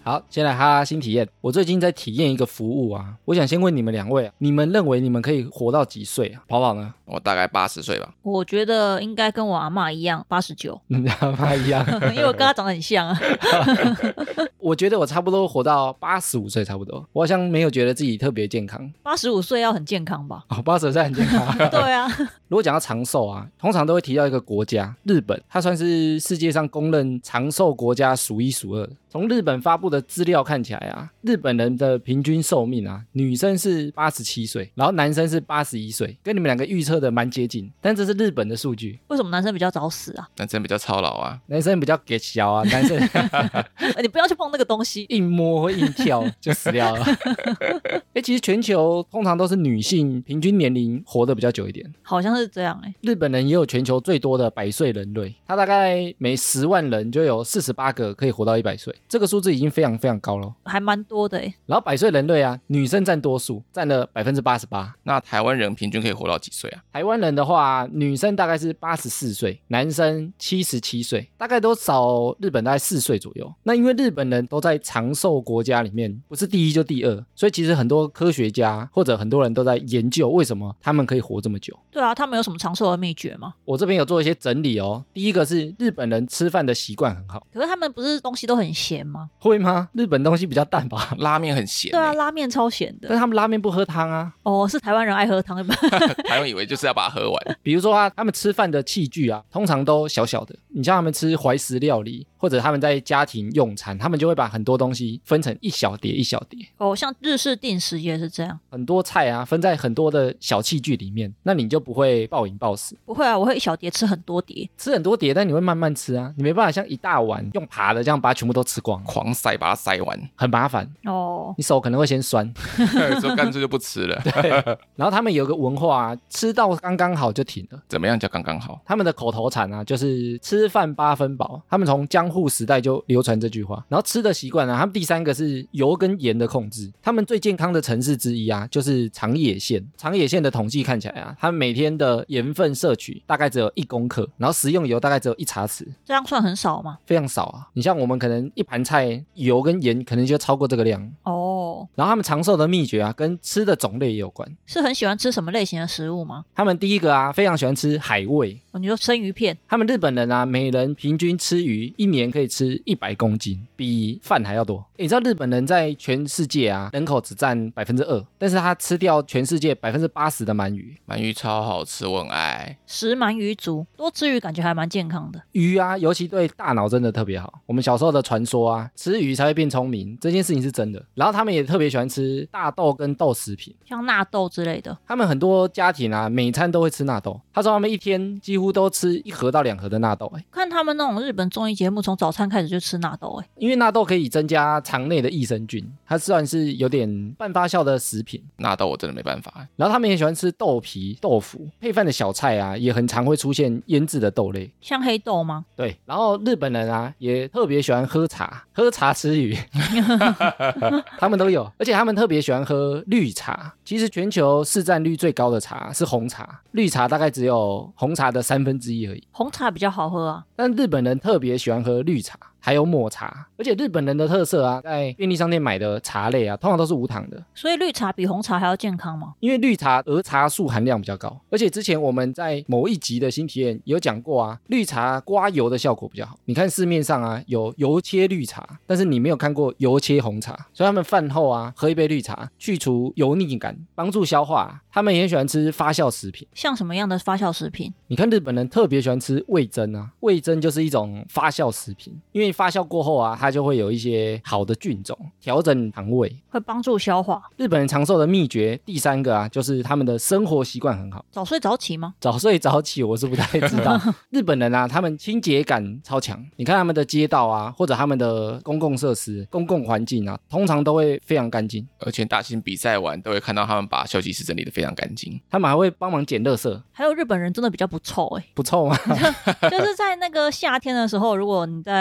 好，先来哈拉新体验。我最近在体验一个服务啊，我想先问你们两位啊，你们认为你们可以活到几岁啊？跑跑呢？ 我大概80岁吧。 我觉得应该跟我阿嬷一样，89。 你阿妈一样， 因为我跟她长得很像啊。 我觉得我差不多活到85岁差不多，我好像没有觉得自己特别健康。 85岁要很健康吧？ 哦，85岁很健康。 对啊。 如果讲到长寿啊，通常都会提到一个国家，日本，它算是世界上公认长寿国家数一数二的。从日本发布的资料看起来啊，日本人的平均寿命啊，女生是87岁，然后男生是81岁，跟你们两个预测的蛮接近，但这是日本的数据。 为什么男生比较早死啊？ 男生比较操劳啊， 男生比较给小啊，男生你不要去碰那个东西， 硬摸或硬跳就死掉了。其实全球通常都是女性平均年龄活得比较久一点， 好像是这样日本人也有全球最多的100岁人类，他大概每10万人就有48个可以活到100岁，这个数字已经非常非常高了， 还蛮多的然后100岁人类啊，女生占多数，占了88%。 那台湾人平均可以活到几岁啊？ 台湾人的话，女生大概是84岁，男生77岁，大概都少日本大概4岁左右。那因为日本人都在长寿国家里面，不是第一就第二，所以其实很多科学家或者很多人都在研究为什么他们可以活这么久。 对啊，他们有什么长寿的秘诀吗？ 我这边有做一些整理哦。第一个是日本人吃饭的习惯很好。 可是他们不是东西都很咸吗？ 会吗？日本东西比较淡吧。 拉面很咸对啊，拉面超咸的。 但他们拉面不喝汤啊。 哦，是台湾人爱喝汤。 台湾以为就是要把它喝完。 比如说啊，他们吃饭的器具啊，通常都小小的。你像他们吃怀石料理，或者他们在家庭用餐，他们就会把很多东西分成一小碟一小碟。 哦，像日式定食也是这样， 很多菜啊分在很多的小器具里面，那你就不会暴饮暴食。 不会啊，我会一小碟吃很多碟。 吃很多碟，但你会慢慢吃啊，你没办法像一大碗用爬的这样把它全部都吃光， 狂塞把它塞完， 很麻烦哦。 你手可能会先酸。 所以干脆就不吃了。 对，然后他们有个文化啊，吃到刚刚好就停了。 怎么样叫刚刚好？ 他们的口头禅啊，就是吃饭8分饱。他们从江户时代就流传这句话。然后吃的习惯啊，他们第3个是油跟盐的控制。他们最健康的城市之一啊，就是长野县。长野县的统计看起来啊，他们每天的盐分摄取大概只有1公克，然后食用油大概只有1茶匙。 这样算很少吗？ 非常少啊。你像我们可能一盘菜油跟盐可能就超过这个量哦。 然后他们长寿的秘诀啊，跟吃的种类也有关。 是很喜欢吃什么类型的食物吗？ 他们第一个啊，非常喜欢吃海味。 你说生鱼片？ 他们日本人啊，每人平均吃鱼1年可以吃100公斤，比饭还要多。你知道日本人在全世界啊，人口只占2%，但是他吃掉全世界80%的鳗鱼。 鳗鱼超好吃，我很爱。 食鳗鱼族，多吃鱼感觉还蛮健康的。 鱼啊，尤其对大脑真的特别好。我们小时候的传说啊，吃鱼才会变聪明，这件事情是真的。然后他们也特别喜欢吃大豆跟豆食品， 像纳豆之类的。 他们很多家庭啊，每餐都会吃纳豆。他说他们一天几乎都吃1盒到2盒的纳豆。 看他们那种日本综艺节目，从早餐开始就吃纳豆。 因为纳豆可以增加肠内的益生菌，它算是有点半发酵的食品。 纳豆我真的没办法。 然后他们也喜欢吃豆皮、豆腐，配饭的小菜啊，也很常会出现腌制的豆类， 像黑豆吗？ 对。然后日本人啊，也特别喜欢喝茶，喝茶吃鱼，他们都有。而且他们特别喜欢喝绿茶。其实全球市占率最高的茶是红茶，绿茶大概只有红茶的1/3而已。 红茶比较好喝啊， 但日本人特别喜欢喝绿茶。还有抹茶，而且日本人的特色啊，在便利商店买的茶类啊，通常都是无糖的。 所以绿茶比红茶还要健康吗？ 因为绿茶儿茶素含量比较高，而且之前我们在某一集的新体验有讲过啊，绿茶刮油的效果比较好。你看市面上啊有油切绿茶，但是你没有看过油切红茶，所以他们饭后啊喝一杯绿茶，去除油腻感，帮助消化。他们也很喜欢吃发酵食品。 像什么样的发酵食品？ 你看日本人特别喜欢吃味噌啊，味噌就是一种发酵食品，因为发酵过后啊，它就会有一些好的菌种，调整肠胃， 会帮助消化。 日本人长寿的秘诀第3个啊，就是他们的生活习惯很好。 早睡早起吗？ 早睡早起我是不太知道。日本人啊，他们清洁感超强。你看他们的街道啊，或者他们的公共设施、公共环境啊，通常都会非常干净。 而且大型比赛完都会看到他们把休息室整理得非常干净。 他们还会帮忙捡垃圾。 还有日本人真的比较不臭。 不臭吗？ 就是在那个夏天的时候，如果你在台湾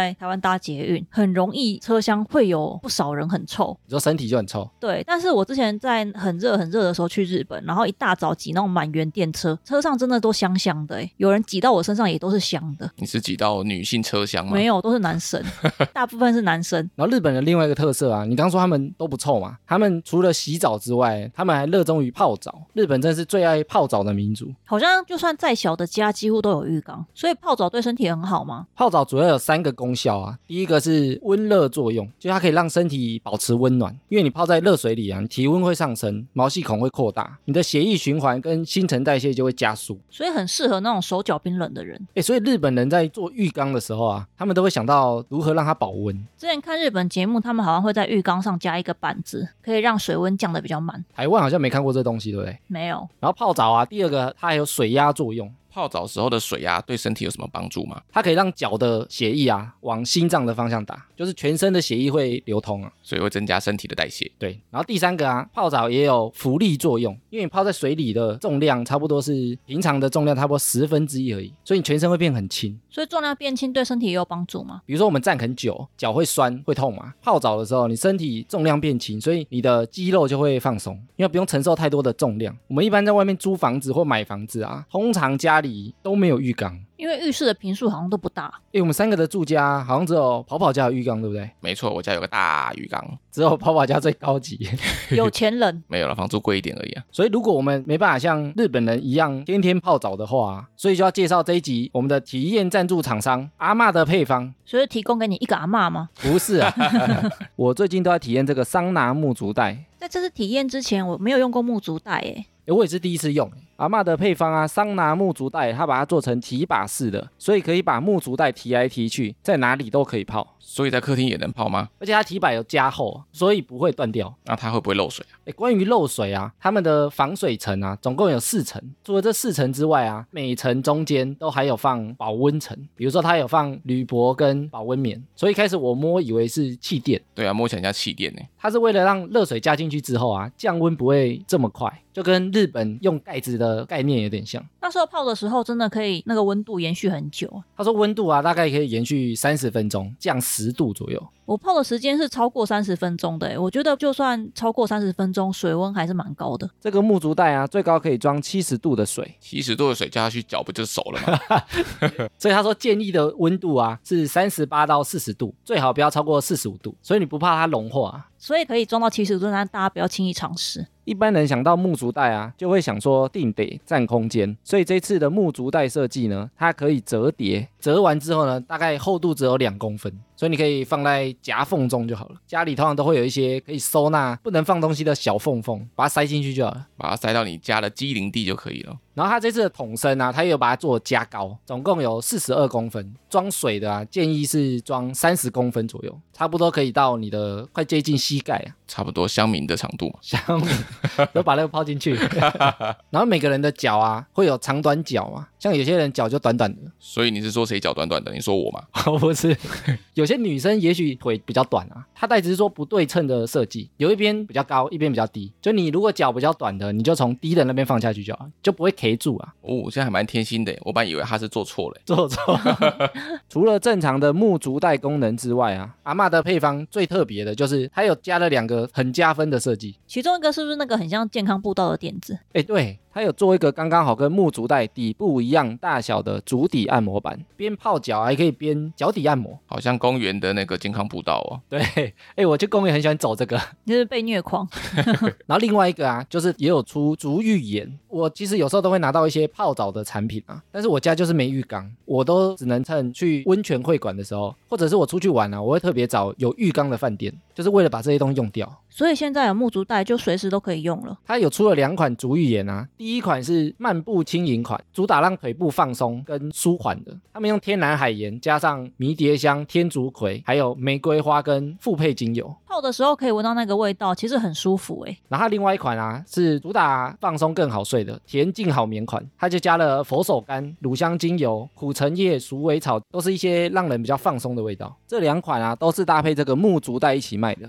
搭捷运，很容易车厢会有不少人很臭。 你说身体就很臭。 对，但是我之前在很热的时候去日本，然后一大早挤那种满员电车，车上真的都香香的，有人挤到我身上也都是香的。 你是挤到女性车厢吗？ 没有，都是男生，大部分是男生。 然后日本的另外一个特色啊，你刚说他们都不臭嘛，他们除了洗澡之外，他们还热衷于泡澡。日本真是最爱泡澡的民族。 好像就算再小的家几乎都有浴缸，所以泡澡对身体很好吗？ 泡澡主要有3个功效啊，第一个是温热作用，就它可以让身体保持温暖，因为你泡在热水里啊，你体温会上升，毛细孔会扩大，你的血液循环跟新陈代谢就会加速， 所以很适合那种手脚冰冷的人。 所以日本人在做浴缸的时候啊，他们都会想到如何让它保温。 之前看日本节目，他们好像会在浴缸上加一个板子，可以让水温降得比较慢。 台湾好像没看过这东西，对不对？ 没有。 然后泡澡啊，第二个它还有水压作用。 泡澡时候的水压对身体有什么帮助吗？ 它可以让脚的血液啊往心脏的方向打，就是全身的血液会流通啊， 所以会增加身体的代谢。 对，然后第3个啊，泡澡也有浮力作用，因为你泡在水里的重量差不多是平常的重量差不多1/10而已，所以你全身会变很轻。 所以重量变轻对身体也有帮助吗？ 比如说我们站很久，脚会酸会痛嘛，泡澡的时候你身体重量变轻，所以你的肌肉就会放松，因为不用承受太多的重量。我们一般在外面租房子或买房子啊，通常家里都没有浴缸。 因为浴室的坪数好像都不大。 我们3个的住家好像只有跑跑家有浴缸，对不对？ 没错，我家有个大浴缸， 只有跑跑家最高级。 有钱人没有了，房租贵一点而已啊。 所以如果我们没办法像日本人一样天天泡澡的话，所以就要介绍这一集我们的体验赞助厂商阿嬷的配方。 所以提供给你一个阿嬷吗？ 不是啊，我最近都在体验这个桑拿木足袋。 在这次体验之前，我没有用过木足袋耶。 我也是第一次用。阿嬷的配方啊，桑拿木足袋，它把它做成提把式的，所以可以把木足袋提来提去，在哪里都可以泡。 所以在客厅也能泡吗？ 而且它提把有加厚，所以不会断掉。 那它会不会漏水啊？ 关于漏水啊，他们的防水层啊，总共有4层。除了这4层之外啊，每层中间都还有放保温层，比如说它有放铝箔跟保温棉。所以一开始我摸以为是气垫， 对啊，摸起来像气垫呢。 它是为了让热水加进去之后啊，降温不会这么快，就跟日本用盖子的概念有点像。 那时候泡的时候真的可以那个温度延续很久。 他说温度啊大概可以延续30分钟，降10度左右。 我泡的时间是超过30分钟的，我觉得就算超过30分钟，水温还是蛮高的。 这个木足袋啊，最高可以装70度的水 ，70度的水加下去，脚不就熟了吗？ 所以他说建议的温度啊是38到40度，最好不要超过45度，所以你不怕它融化啊。 所以可以装到70度，但大家不要轻易尝试。 一般人想到木足袋啊，就会想说定得占空间，所以这次的木足袋设计呢，它可以折叠，折完之后呢，大概厚度只有2公分，所以你可以放在夹缝中就好了。家里通常都会有一些可以收纳不能放东西的小缝缝，把它塞进去就好了， 把它塞到你家的机灵地就可以了。 然后它这次的桶身啊，它也有把它做加高，总共有42公分，装水的啊，建议是装30公分左右，差不多可以到你的快接近膝盖啊， 差不多乡民的长度嘛。 乡民都把那个泡进去。然后每个人的脚啊会有长短脚嘛，像有些人脚就短短的。 所以你是说谁脚短短的？你说我吗？ 不是，有些女生也许腿比较短啊，它袋子是说不对称的设计，有一边比较高，一边比较低，就你如果脚比较短的，你就从低的那边放下去就好，就不会 K 住啊。 哦，这样还蛮贴心的，我本来以为他是做错了。 做错。除了正常的木足袋功能之外啊，阿嬷的配方最特别的就是它有加了2个很加分的设计， 其中一个是不是那个很像健康步道的垫子？ 对，它有做一个刚刚好跟木足袋底部一样大小的足底按摩板，边泡脚还可以边脚底按摩， 好像公园的那个健康步道哦。 对，我去公园很喜欢走这个， 就是被虐狂。 然后另外一个啊，就是也有出足浴盐。我其实有时候都会拿到一些泡澡的产品啊，但是我家就是没浴缸，我都只能趁去温泉会馆的时候，或者是我出去玩啊，我会特别找有浴缸的饭店，就是为了把这些东西用掉。 所以现在有木足袋就随时都可以用了。 它有出了2款足浴盐啊，第一款是漫步轻盈款，主打让腿部放松跟舒缓的。他们用天然海盐加上迷迭香、天竺葵，还有玫瑰花跟复配精油， 泡的时候可以闻到那个味道，其实很舒服耶。 然后另外一款啊是主打放松更好睡的恬静好眠款，它就加了佛手柑、乳香精油、苦橙叶、鼠尾草，都是一些让人比较放松的味道。这2款啊都是搭配这个木足袋一起卖的。 它还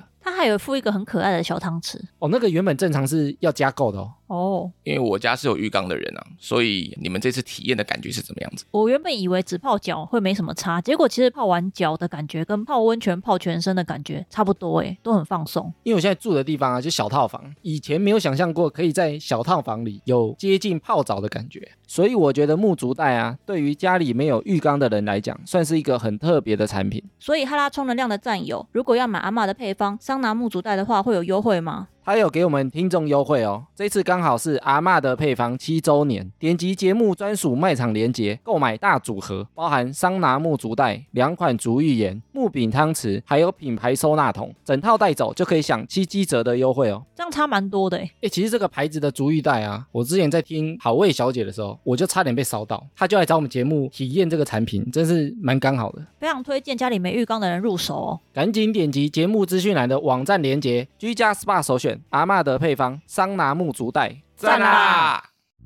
它有附一个很可爱的小汤匙。 哦，那个原本正常是要加购的哦。 哦， 因为我家是有浴缸的人啊，所以你们这次体验的感觉是怎么样子？ 我原本以为只泡脚会没什么差，结果其实泡完脚的感觉跟泡温泉泡全身的感觉差不多诶，都很放松。 因为我现在住的地方啊，就小套房，以前没有想象过可以在小套房里有接近泡澡的感觉，所以我觉得木足袋啊，对于家里没有浴缸的人来讲，算是一个很特别的产品。 所以哈拉充能量的战友，如果要买阿嬷的配方桑拿木足袋的话，会有优惠吗？ 他有给我们听众优惠哦，这次刚好是阿嬷的配方7周年，点击节目专属卖场连结购买大组合，包含桑拿木足袋、2款足浴盐、木柄汤匙，还有品牌收纳桶，整套带走就可以享7折的优惠哦。 这样差蛮多的诶。 其实这个牌子的足浴袋啊，我之前在听好味小姐的时候，我就差点被烧到，她就来找我们节目体验这个产品，真是蛮刚好的， 非常推荐家里没浴缸的人入手哦。 赶紧点击节目资讯栏的网站连结，居家 SPA 首选阿嬷的配方桑拿木足袋， 赞啦！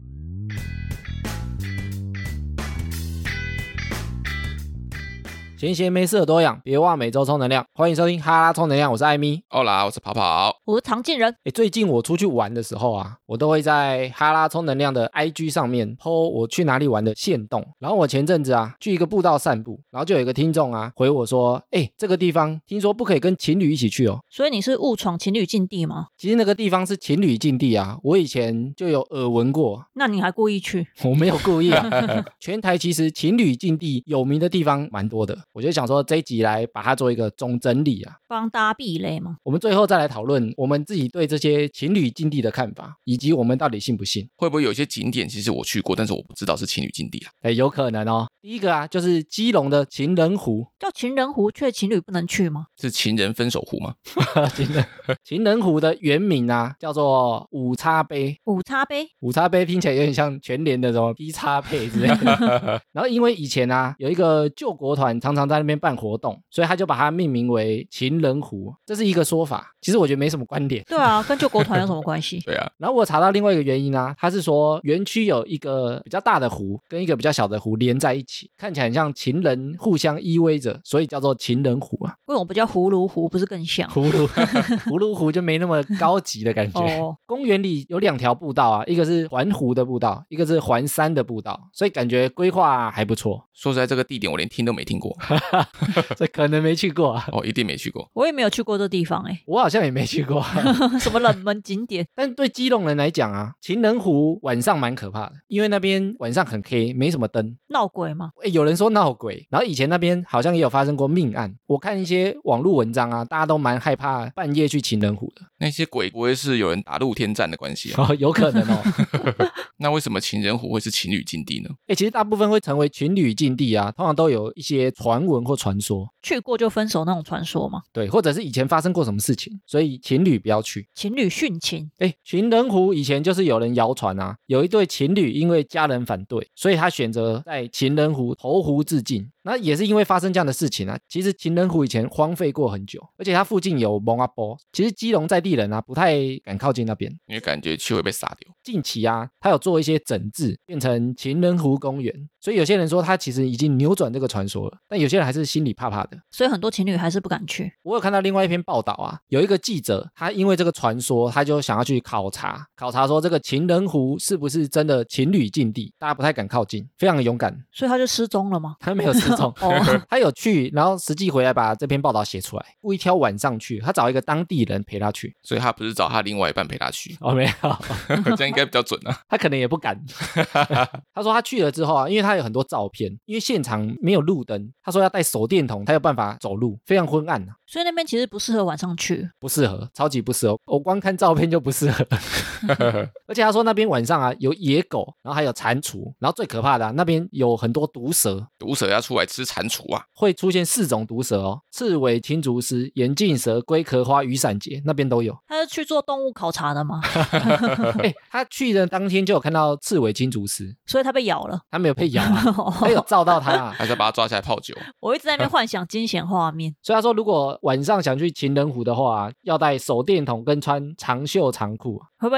闲闲没事多养，别忘每周充能量。欢迎收听哈拉充能量，我是艾米。 欧啦，我是跑跑。 我是常进人。 最近我出去玩的时候啊，我都会在哈拉充能量的 IG 上面 po 我去哪里玩的限动。然后我前阵子啊去一个步道散步，然后就有一个听众啊回我说，这个地方听说不可以跟情侣一起去哦。 所以你是误闯情侣禁地吗？ 其实那个地方是情侣禁地啊，我以前就有耳闻过。 那你还故意去？ 我没有故意啊。全台其实情侣禁地有名的地方蛮多的，我就想说这一集来把它做一个总整理啊， 帮大家避雷吗？ 我们最后再来讨论我们自己对这些情侣禁地的看法，以及我们到底信不信。 会不会有一些景点其实我去过，但是我不知道是情侣禁地啊？ 有可能哦。第一个啊，就是基隆的情人湖。 叫情人湖，却情侣不能去吗？ 是情人分手湖吗？ 情人湖的原名啊叫做五叉杯。 五叉杯， 五叉杯听起来有点像全联的什么 P 叉配之类的。然后因为以前啊有一个救国团常常在那边办活动，所以他就把它命名为情人湖，这是一个说法。其实我觉得没什么关联。 对啊，跟救国团有什么关系？ 对啊。 然后我查到另外一个原因啊，他是说园区有一个比较大的湖跟一个比较小的湖连在一起，看起来很像情人互相依偎着，所以叫做情人湖啊。 为什么不叫葫芦湖？不是更像？ 葫芦湖就没那么高级的感觉。公园里有2条步道啊，一个是环湖的步道，一个是环山的步道，所以感觉规划还不错。 说实在，这个地点我连听都没听过。 这可能没去过啊。 一定没去过。 我也没有去过这地方我好像也没去过。 什么冷门景点？ 但对基隆人来讲啊，情人湖晚上蛮可怕的，因为那边晚上很黑，没什么灯。 闹鬼吗？ 有人说闹鬼，然后以前那边好像也有发生过命案。我看一些网络文章啊，大家都蛮害怕半夜去情人湖的。 那些鬼不会是有人打露天战的关系啊？ 有可能哦。 那为什么情人湖会是情侣禁地呢？ 其实大部分会成为情侣禁地啊，通常都有一些传闻或传说。 去过就分手那种传说吗？ 对，或者是以前发生过什么事情，所以情侣不要去。 情侣殉情。 情人湖以前就是有人谣传啊，有一对情侣因为家人反对，所以他选择在情人湖投湖自尽。那也是因为发生这样的事情啊，其实情人湖以前荒废过很久，而且它附近有蒙阿波，其实基隆在地人啊不太敢靠近那边， 因为感觉去会被杀掉。 近期啊，他有做一些整治，变成情人湖公园，所以有些人说他其实已经扭转这个传说了，但有些人还是心里怕怕的， 所以很多情侣还是不敢去。 我有看到另外一篇报道啊，有一个记者他因为这个传说，他就想要去考察说这个情人湖是不是真的情侣禁地，大家不太敢靠近，非常的勇敢。 所以他就失踪了吗？ 他没有失踪。他有去，然后实际回来把这篇报道写出来，故意挑晚上去，他找一个当地人陪他去。 所以他不是找他另外一半陪他去。 没有。 这样应该比较准啊。 他可能也不敢。他说他去了之后啊，因为他有很多照片，因为现场没有路灯，他说要带手电筒才有办法走路，非常昏暗啊。 所以那边其实不适合晚上去。 不适合，超级不适合，我光看照片就不适合。而且他说那边晚上啊有野狗，然后还有蟾蜍，然后最可怕的那边有很多毒蛇。 毒蛇要出来吃蟾蜍啊？ 会出现4种毒蛇哦，刺尾青竹丝、眼镜蛇、龟壳花、雨伞节，那边都有。 他是去做动物考察的吗？ 他去的当天就有看到刺尾青竹丝， 所以他被咬了。 他没有被咬啊，他有照到他啊， 还是把他抓起来泡酒。 我一直在那边幻想惊险画面。 所以他说如果晚上想去情人湖的话，要带手电筒跟穿长袖长裤。 会不会大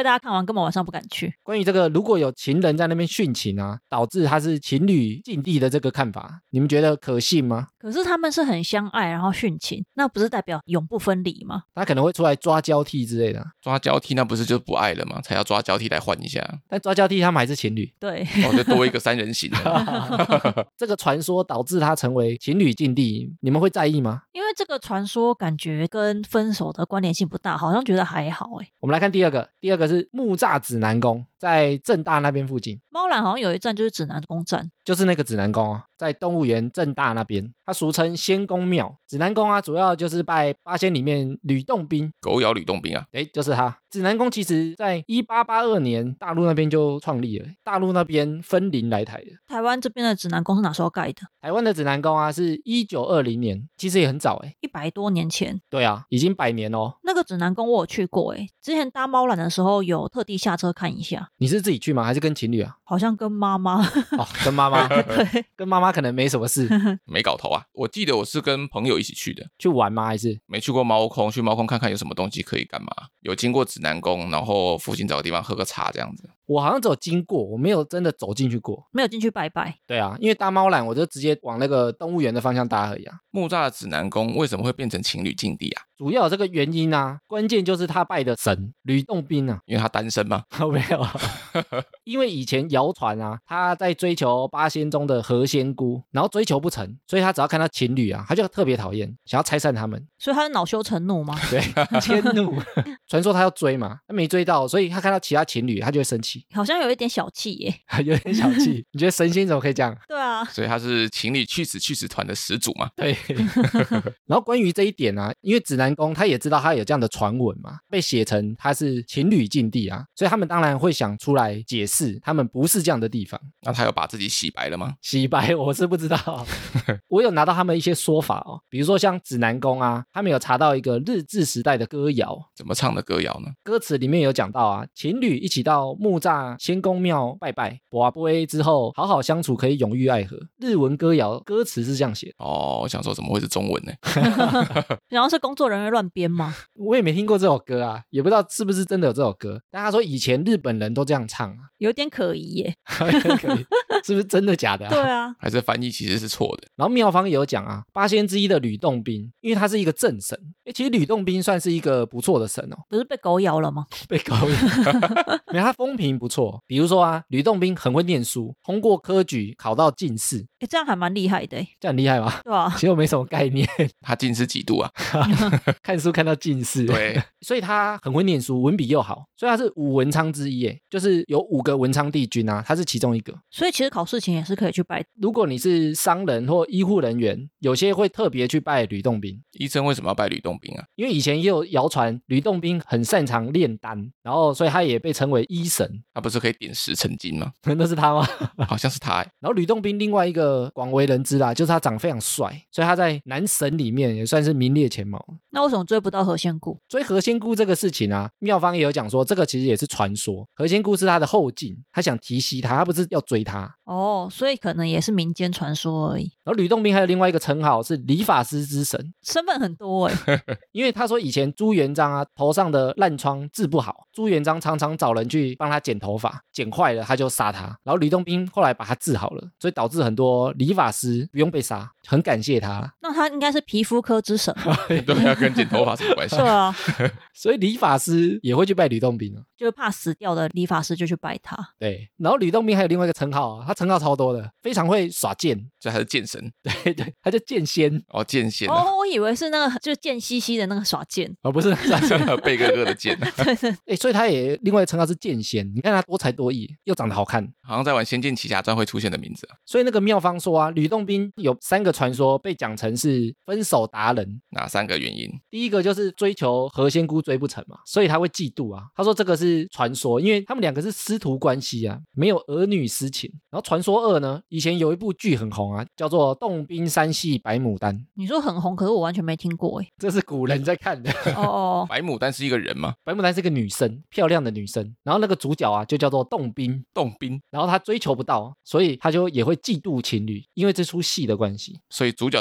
大家看完根本晚上不敢去。 关于这个如果有情人在那边殉情啊，导致他是情侣禁地的这个看法，你们觉得可信吗？ 可是他们是很相爱，然后殉情，那不是代表永不分离吗？ 他可能会出来抓交替之类的啊， 抓交替那不是就不爱了吗？才要抓交替来换一下， 但抓交替他们还是情侣。 对， 就多一个三人行了。 这个传说导致他成为情侣禁地，你们会在意吗？ 因为这个传说感觉跟分手的关联性不大，好像觉得还好哎。 我们来看第二个，第二个是木栅指南宫，在正大那边附近。 猫缆好像有一站就是指南宫站， 就是那个指南宫啊，在动物园正大那边，它俗称仙公庙。指南宫啊，主要就是拜八仙里面吕洞宾， 狗咬吕洞宾啊， 就是他。指南宫其实在1882年大陆那边就创立了，大陆那边分灵来台的。 台湾这边的指南宫是哪时候盖的台湾的指南宫啊，是1920年，其实也很早 ？100多年前。 对啊，已经100年哦。 那个指南宫我有去过之前搭猫缆的时候有特地下车看一下。 你是自己去吗？还是跟情侣啊？ 好像跟妈妈。 哦，跟妈妈。 对， 跟妈妈可能没什么事。 没搞头啊！我记得我是跟朋友一起去的， 去玩吗？还是没去过猫空？去猫空看看有什么东西可以干嘛？有经过指南宫，然后附近找个地方喝个茶这样子。 我好像只有经过，我没有真的走进去过。 没有进去拜拜。 对啊，因为搭猫缆我就直接往那个动物园的方向搭而已啊。 木栅的指南宫为什么会变成情侣禁地啊？ 主要有这个原因啊，关键就是他拜的神吕洞宾啊。 因为他单身吗？ 没有，因为以前谣传啊，他在追求八仙中的何仙姑，然后追求不成，所以他只要看到情侣啊，他就特别讨厌，想要拆散他们。 所以他是恼羞成怒吗？ 对，迁怒。传说他要追嘛，他没追到，所以他看到其他情侣，他就会生气， 好像有一点小气耶。 有点小气。你觉得神仙怎么可以这样？ 对啊， 所以他是情侣去死团的始祖嘛？ 对。然后关于这一点啊，因为指南宫他也知道他有这样的传闻嘛，被写成他是情侣禁地啊，所以他们当然会想出来解释，他们不是这样的地方。 那他有把自己洗白了吗？ 洗白我是不知道，我有拿到他们一些说法哦，比如说像指南宫啊，他们有查到一个日治时代的歌谣， 怎么唱的歌谣呢？ 歌词里面有讲到啊，情侣一起到木栅仙公庙拜拜，跋杯之后好好相处，可以永浴爱河。日文歌谣歌词是这样写的。 哦，我想说怎么会是中文呢？ 然后是工作人员乱编吗？ 我也没听过这首歌啊，也不知道是不是真的有这首歌。但他说以前日本人都这样唱啊， 有点可疑耶。 可以，是不是真的假的啊？ 对啊， 还是翻译其实是错的？ 然后妙方也有讲啊，八仙之一的吕洞宾，因为他是一个正神，其实吕洞宾算是一个不错的神哦。 不是被狗咬了吗？ 被狗咬，没有他风评不错。比如说啊，吕洞宾很会念书，通过科举考到进士， 这样还蛮厉害的这样很厉害吗？ 对啊。 其实我没什么概念， 他近视几度啊？ 看书看到进士， 对， 所以他很会念书，文笔又好，所以他是五文昌之一，就是有5个文昌帝君啊，他是其中一个。 所以其实考试前也是可以去拜。 如果你是商人或医护人员，有些会特别去拜吕洞宾。 医生为什么要拜吕洞宾啊？ 因为以前也有谣传吕洞宾很擅长炼丹，然后所以他也被称为医神。 他不是可以点石成金吗？ 那是他吗？ 好像是他然后吕洞宾另外一个广为人知啦，就是他长非常帅，所以他在男神里面也算是名列前茅。 那为什么追不到何仙姑？ 追何仙姑这个事情啊，妙方也有讲说，这个其实也是传说。何仙姑是他的后进，他想提携他不是要追他。 哦，所以可能也是民间传说而已。 然后吕洞宾还有另外一个称号是理发师之神， 身份很多因为他说以前朱元璋啊头上的烂疮治不好，朱元璋常常找人去帮他剪头发，剪坏了他就杀他。然后吕洞宾后来把他治好了，所以导致很多理发师不用被杀，很感谢他。 那他应该是皮肤科之神吧？ 对啊，跟剪头发什么关系？ 对啊， 所以理发师也会去拜吕洞宾啊， 就是怕死掉的理发师就去拜他。 对，然后吕洞宾还有另外一个称号啊，他称号超多的，非常会耍剑， 所以他是剑神对对，他叫剑仙哦，剑仙啊， 哦，我以为是那个就是贱兮兮的那个耍剑。 哦，不是， 贝哥哥的剑， 所以他也另外称号是剑仙。你看他多才多艺，又长得好看， 好像在玩《仙剑奇侠传》会出现的名字啊。 所以那个妙方说啊，吕洞宾有3个传说被讲成是分手达人。 哪3个原因？ 第一个就是追求何仙姑追不成嘛，所以他会嫉妒啊。他说这个是传说，因为他们2个是师徒关系啊，没有儿女私情。然后传说2呢，以前有一部剧很红啊，叫做《洞宾三系白牡丹》。 你说很红，可是我完全没听过这是古人在看的。 哦， 白牡丹是一个人吗？ 白牡丹是个女生，漂亮的女生。然后那个主角啊，就叫做洞宾。 洞宾， 然后他追求不到，所以他就也会嫉妒情侣，因为这出戏的关系。 所以主角是吕洞宾。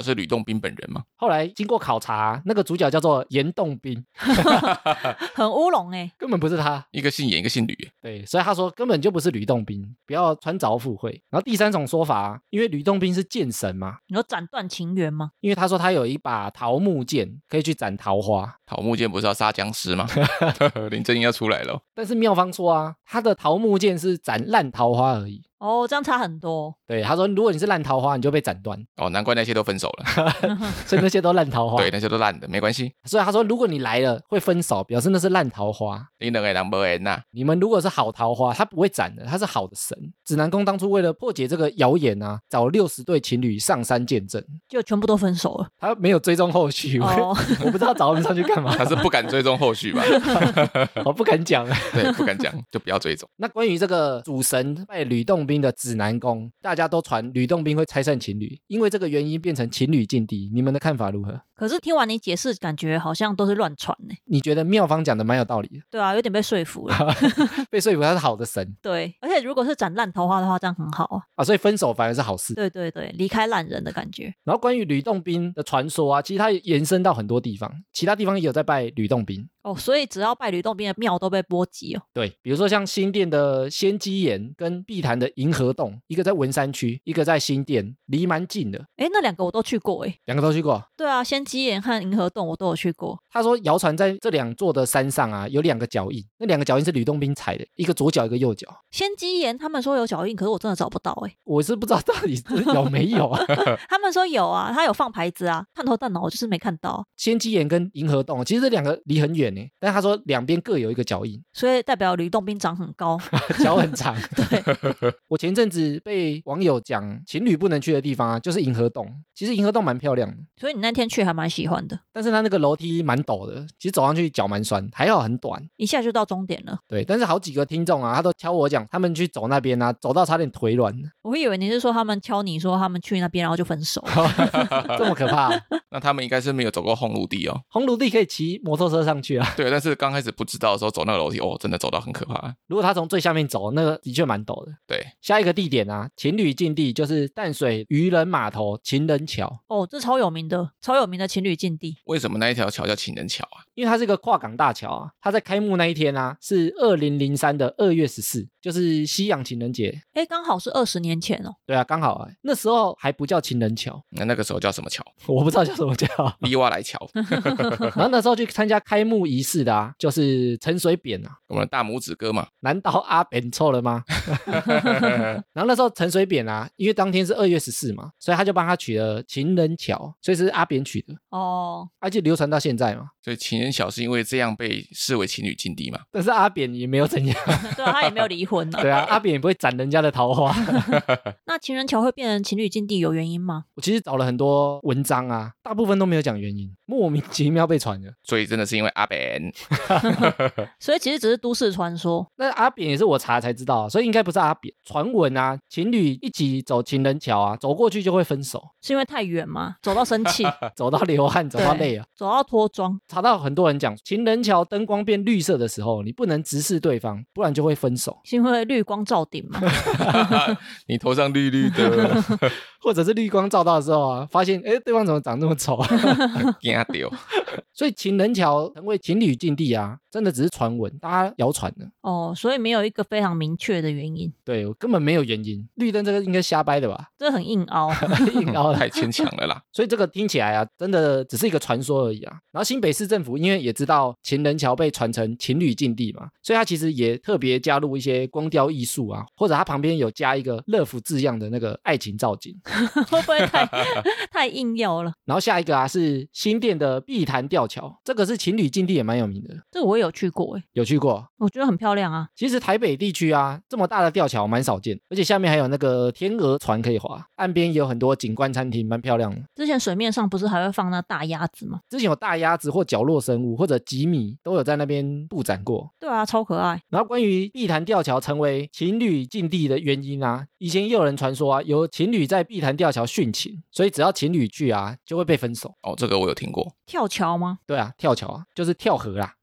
斌本人吗？ 后来经过考察，那个主角叫做严栋斌， 很乌龙哎。 根本不是他。 一个姓严，一个姓吕。 对，所以他说根本就不是吕洞宾，不要穿凿附会。然后第三种说法啊，因为吕洞宾是剑神嘛， 你说斩断情缘吗？ 因为他说他有一把桃木剑，可以去斩桃花。 桃木剑不是要杀僵尸吗？林正英要出来了。 但是妙方说啊，他的桃木剑是斩烂桃花而已。 哦，这样差很多。 对，他说如果你是烂桃花，你就被斩断。 哦，难怪那些都分手了。 所以那些都烂桃花。 对，那些都烂的，没关系。 所以他说，如果你来了会分手，表示那是烂桃花。 你两个人没缘呐。 你们如果是好桃花，他不会斩的，他是好的神。指南宫当初为了破解这个谣言啊，找60对情侣上山见证， 就全部都分手了。 他没有追踪后续，我不知道找他们上去干嘛。 他是不敢追踪后续吧？ 我不敢讲。 对，不敢讲，就不要追踪。 那关于这个主神拜吕洞宾的指南宫，大家都传吕洞宾会拆散情侣，因为这个原因变成情侣禁地。你们的看法如何？ 可是听完你解释，感觉好像都是乱传呢。 你觉得妙方讲的蛮有道理的？ 对啊，有点被说服了。 被说服他是好的神。 对，而且如果是斩烂桃花的话，这样很好啊。 所以分手反而是好事。 对对对，离开烂人的感觉。 然后关于吕洞宾的传说啊，其实它延伸到很多地方，其他地方也有在拜吕洞宾。 哦，所以只要拜吕洞宾的庙都被波及哦。 对，比如说像新店的仙鸡岩跟碧潭的银河洞，一个在文山区，一个在新店，离蛮近的。 哎，那两个我都去过哎。 两个都去过？ 对啊，仙鸡岩和银河洞我都有去过。 他说谣传在这2座的山上啊，有2个脚印，那2个脚印是吕洞宾踩的，一个左脚一个右脚。 仙鸡岩他们说有脚印，可是我真的找不到哎。 我是不知道到底有没有啊。 他们说有啊，他有放牌子啊，探头探脑我就是没看到。 仙鸡岩跟银河洞其实这2个离很远呢，但他说两边各有一个脚印， 所以代表吕洞宾长很高， 脚很长。 对， 我前阵子被网友讲情侣不能去的地方啊，就是银河洞。其实银河洞蛮漂亮的， 所以你那天去还蛮喜欢的。 但是它那个楼梯蛮陡的，其实走上去脚蛮酸，还好很短， 一下就到终点了。 对，但是好几个听众啊，他都敲我讲，他们去走那边啊，走到差点腿软。 我以为你是说他们敲你说他们去那边然后就分手。 这么可怕啊？ 那他们应该是没有走过红炉地哦。 红炉地可以骑摩托车上去啊。 对，但是刚开始不知道的时候走那个楼梯，哦，真的走到很可怕。 如果他从最下面走，那个的确蛮陡的。 对， 下一个地点啊，情侣禁地就是淡水渔人码头情人桥。 哦，这超有名的情侣禁地。 为什么那一条桥叫情人桥啊？ 因为它是一个跨港大桥啊，它在开幕那一天啊，是2003的2月14，就是西洋情人节。 哎，刚好是20年前哦。 对啊，刚好啊，那时候还不叫情人桥。 那个时候叫什么桥？ 我不知道叫什么桥。 利瓦莱桥。 然后那时候去参加开幕仪式的啊，就是陈水扁啊， 我们的大拇指哥嘛。 难道阿扁错了吗？然后那时候陈水扁啊，因为当天是2月14嘛，所以他就帮他取了情人桥，所以是阿扁取的哦， 而且流传到现在嘛。 所以情人桥是因为这样被视为情侣禁地嘛？ 但是阿扁也没有怎样。 对啊，他也没有离婚呢。 对啊，阿扁也不会斩人家的桃花。 那情人桥会变成情侣禁地有原因吗？ 我其实找了很多文章啊，大部分都没有讲原因，莫名其妙被传的。 所以真的是因为阿扁。 所以其实只是都市传说。 那阿扁也是我查才知道啊，所以应该不是阿扁。传闻啊，情侣一起走情人桥啊，走过去就会分手， 是因为太远吗？走到生气， 走到流汗，走到累啊， 走到脱妆。 查到很多人讲，情人桥灯光变绿色的时候，你不能直视对方，不然就会分手。 是因为绿光照顶吗？ 你头上绿绿的。 或者是绿光照到的时候啊，发现对方怎么长那么丑。 惊掉。 所以情人桥成为情侣禁地啊，真的只是传闻，大家谣传的。 哦，所以没有一个非常明确的原因。 对，我根本没有原因。绿灯这个应该瞎掰的吧？ 这很硬凹。 硬凹太牵强了啦。 所以这个听起来啊，真的只是一个传说而已啊。然后新北市政府因为也知道情人桥被传成情侣禁地嘛，所以他其实也特别加入一些光雕艺术啊，或者他旁边有加一个乐福字样的那个爱情造景。 会不会太硬要了？ 然后下一个啊是新店的碧潭吊桥，这个是情侣禁地也蛮有名的。 这个我也有去过有去过？ 我觉得很漂亮啊。 其实台北地区啊，这么大的吊桥蛮少见，而且下面还有那个天鹅船可以划，岸边也有很多景观餐厅，蛮漂亮的。 之前水面上不是还会放那大鸭子吗？ 之前有大鸭子或角落生物或者吉米都有在那边布展过。 对啊，超可爱。 然后关于碧潭吊桥成为情侣禁地的原因啊，以前也有人传说啊，有情侣在碧潭吊桥殉情，所以只要情侣去啊，就会被分手。 哦，这个我有听过。 跳桥吗？ 对啊，跳桥啊，就是跳河啦。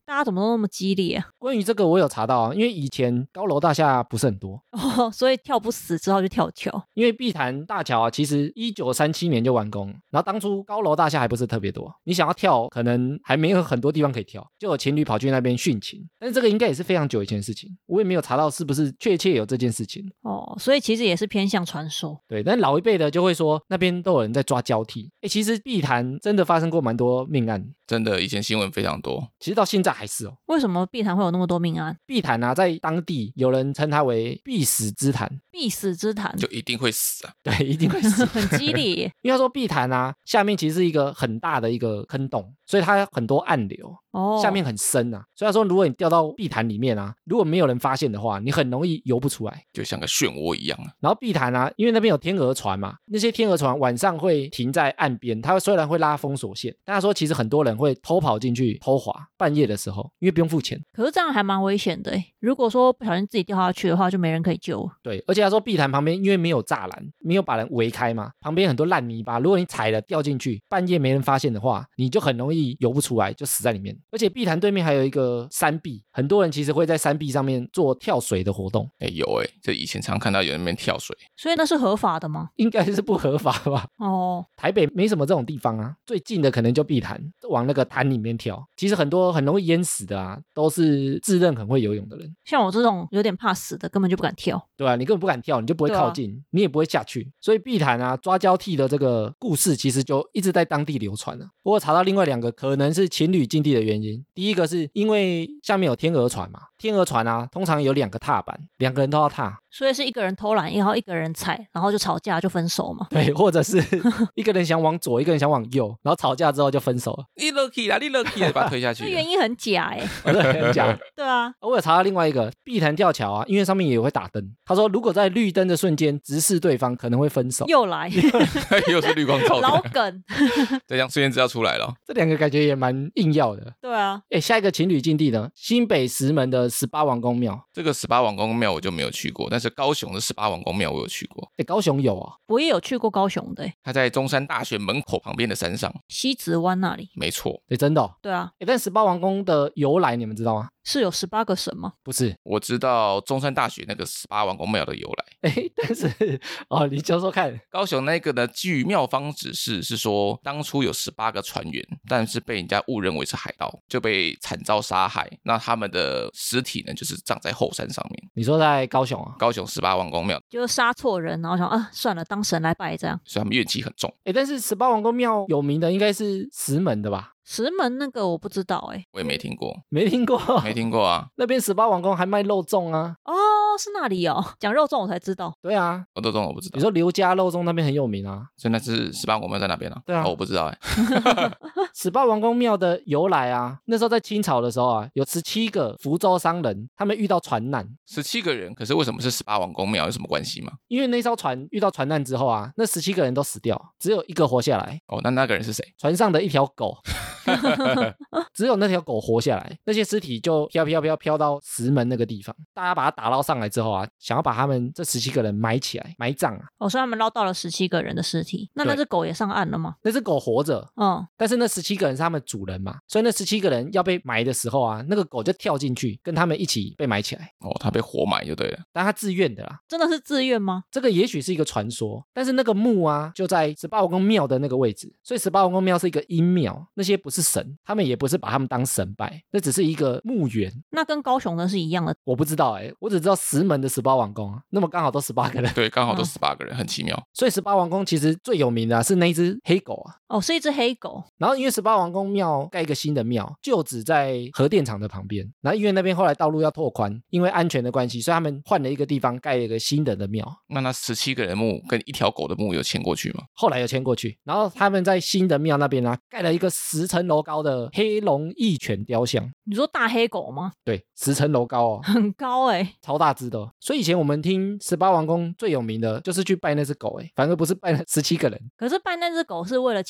大家怎么都那么激烈啊？ 关于这个我有查到啊，因为以前高楼大厦不是很多， 哦，所以跳不死，只好去跳桥。 因为碧潭大桥啊，其实1937年就完工，然后当初高楼大厦还不是特别多，你想要跳，可能还没有很多地方可以跳，就有情侣跑去那边殉情。但是这个应该也是非常久以前的事情，我也没有查到是不是确切有这件事情。 哦，所以其实也是偏向传说。 对，但老一辈的就会说那边都有人在抓交替。其实碧潭真的发生过蛮多命案， 真的以前新闻非常多。 其实到现在还是哦。 为什么碧潭会有那么多命案？ 碧潭啊，在当地有人称它为必死之潭， 必死之潭， 就一定会死啊。 对，一定会死。 很激烈耶。 因为他说碧潭啊，下面其实是一个很大的一个坑洞，所以它有很多暗流， 哦， 下面很深啊。所以他说，如果你掉到碧潭里面啊，如果没有人发现的话，你很容易游不出来。 就像个漩涡一样啊。 然后碧潭啊，因为那边有天鹅船嘛，那些天鹅船晚上会停在岸边，它虽然会拉封锁线，但他说其实很多人会偷跑进去偷滑，半夜的时候，因为不用付钱。 可是这样还蛮危险的耶。如果说不小心自己掉下去的话，就没人可以救。 对，而且他说碧潭旁边因为没有栅栏，没有把人围开嘛，旁边很多烂泥巴，如果你踩了掉进去，半夜没人发现的话，你就很容易游不出来，就死在里面。而且碧潭对面还有一个山壁，很多人其实会在山壁上面做跳水的活动。 有这以前常看到有人在那边跳水。 所以那是合法的吗？ 应该是不合法吧？ 哦， 台北没什么这种地方啊，最近的可能就碧潭，往那个潭里面跳。其实很多很容易淹死的啊，都是自认很会游泳的人。 像我这种有点怕死的，根本就不敢跳。 对啊，你根本不敢跳，你就不会靠近，你也不会下去。所以碧潭啊，抓交替的这个故事，其实就一直在当地流传了。不过查到另外2个可能是情侣禁地的原因，第一个是因为下面有天鹅船嘛，天鹅船啊，通常有2个踏板，2个人都要踏。 所以是一个人偷懒，然后一个人踩，然后就吵架就分手嘛。 对，或者是一个人想往左，一个人想往右，然后吵架之后就分手了。 你 lucky 啦，你 lucky 啦，把它推下去这。原因很假哎。 我在很假。 对啊， 我有查到另外一个碧潭吊桥啊，因为上面也会打灯。他说，如果在绿灯的瞬间直视对方，可能会分手。 又来又是绿光照老的， 梗。 这样孙燕姿要出来了。 这2个感觉也蛮硬要的。 对啊， 下一个情侣禁地呢，新北石门的18王公庙。 这个18王公庙我就没有去过，但是高雄的18王公庙我有去过。 高雄有啊。 我也有去过高雄的耶， 它在中山大学门口旁边的山上。 西子湾那里。 没错， 真的哦。 对啊， 但18王公的由来你们知道吗？ 是有18个神吗？ 不是。 我知道中山大学那个18王公庙的由来。 但是你就说看。 高雄那个呢，据庙方指示是说，当初有18个船员，但是被人家误认为是海盗，就被惨遭杀害。那他们的尸体呢，就是葬在后山上面。 你说在高雄啊？ 高雄18王公庙， 就是杀错人，然后想算了，当神来拜这样。 所以他们怨气很重。 但是18王公庙有名的应该是石门的吧？ 石门那个我不知道哎。 我也没听过， 没听过。 没听过啊。 那边18王公还卖肉粽啊。 哦，是那里哦，讲肉粽我才知道。 对啊， 我都我不知道你。说刘家肉粽那边很有名啊。 所以那是18王公庙在那边啊？ 对啊我不知道 18王公庙的由来啊，那时候在清朝的时候啊，有17个福州商人，他们遇到船难。 17个人，可是为什么是18王公庙？有什么关系吗？ 因为那艘船遇到船难之后啊，那17个人都死掉，只有1个活下来。 那个人是谁？ 船上的一条狗。只有那条狗活下来，那些尸体就飘到石门那个地方。大家把它打捞上来之后啊，想要把他们这17个人埋起来，埋葬啊。 所以他们捞到了17个人的尸体。那只狗也上岸了吗？ 那只狗活着，但是那17个人是他们主人嘛，所以那17个人要被埋的时候啊，那个狗就跳进去跟他们一起被埋起来。 他被活埋就对了。 但他自愿的啦。 真的是自愿吗？ 这个也许是一个传说，但是那个墓啊就在18王公庙的那个位置，所以18王公庙是一个阴庙，那些不是神，他们也不是把他们当神拜，那只是一个墓园。 那跟高雄的是一样的？ 我不知道我只知道石门的18王公啊，那么刚好都18个人。 对，刚好都18个人，很奇妙。 所以18王公其实最有名的是那一只黑狗啊。 是一只黑狗。 然后因为18王公庙盖一个新的庙，就址在核电厂的旁边，然后因为那边后来道路要拓宽，因为安全的关系，所以他们换了一个地方盖了一个新的庙。 那17个人的墓跟一条狗的墓有迁过去吗？ 后来有迁过去，然后他们在新的庙那边啊盖了一个10层楼高的黑龙义犬雕像。 你说大黑狗吗？ 对，10层楼高很高超大只的。所以以前我们听18王公最有名的就是去拜那只狗反而不是拜那17个人。 可是拜那只狗是为了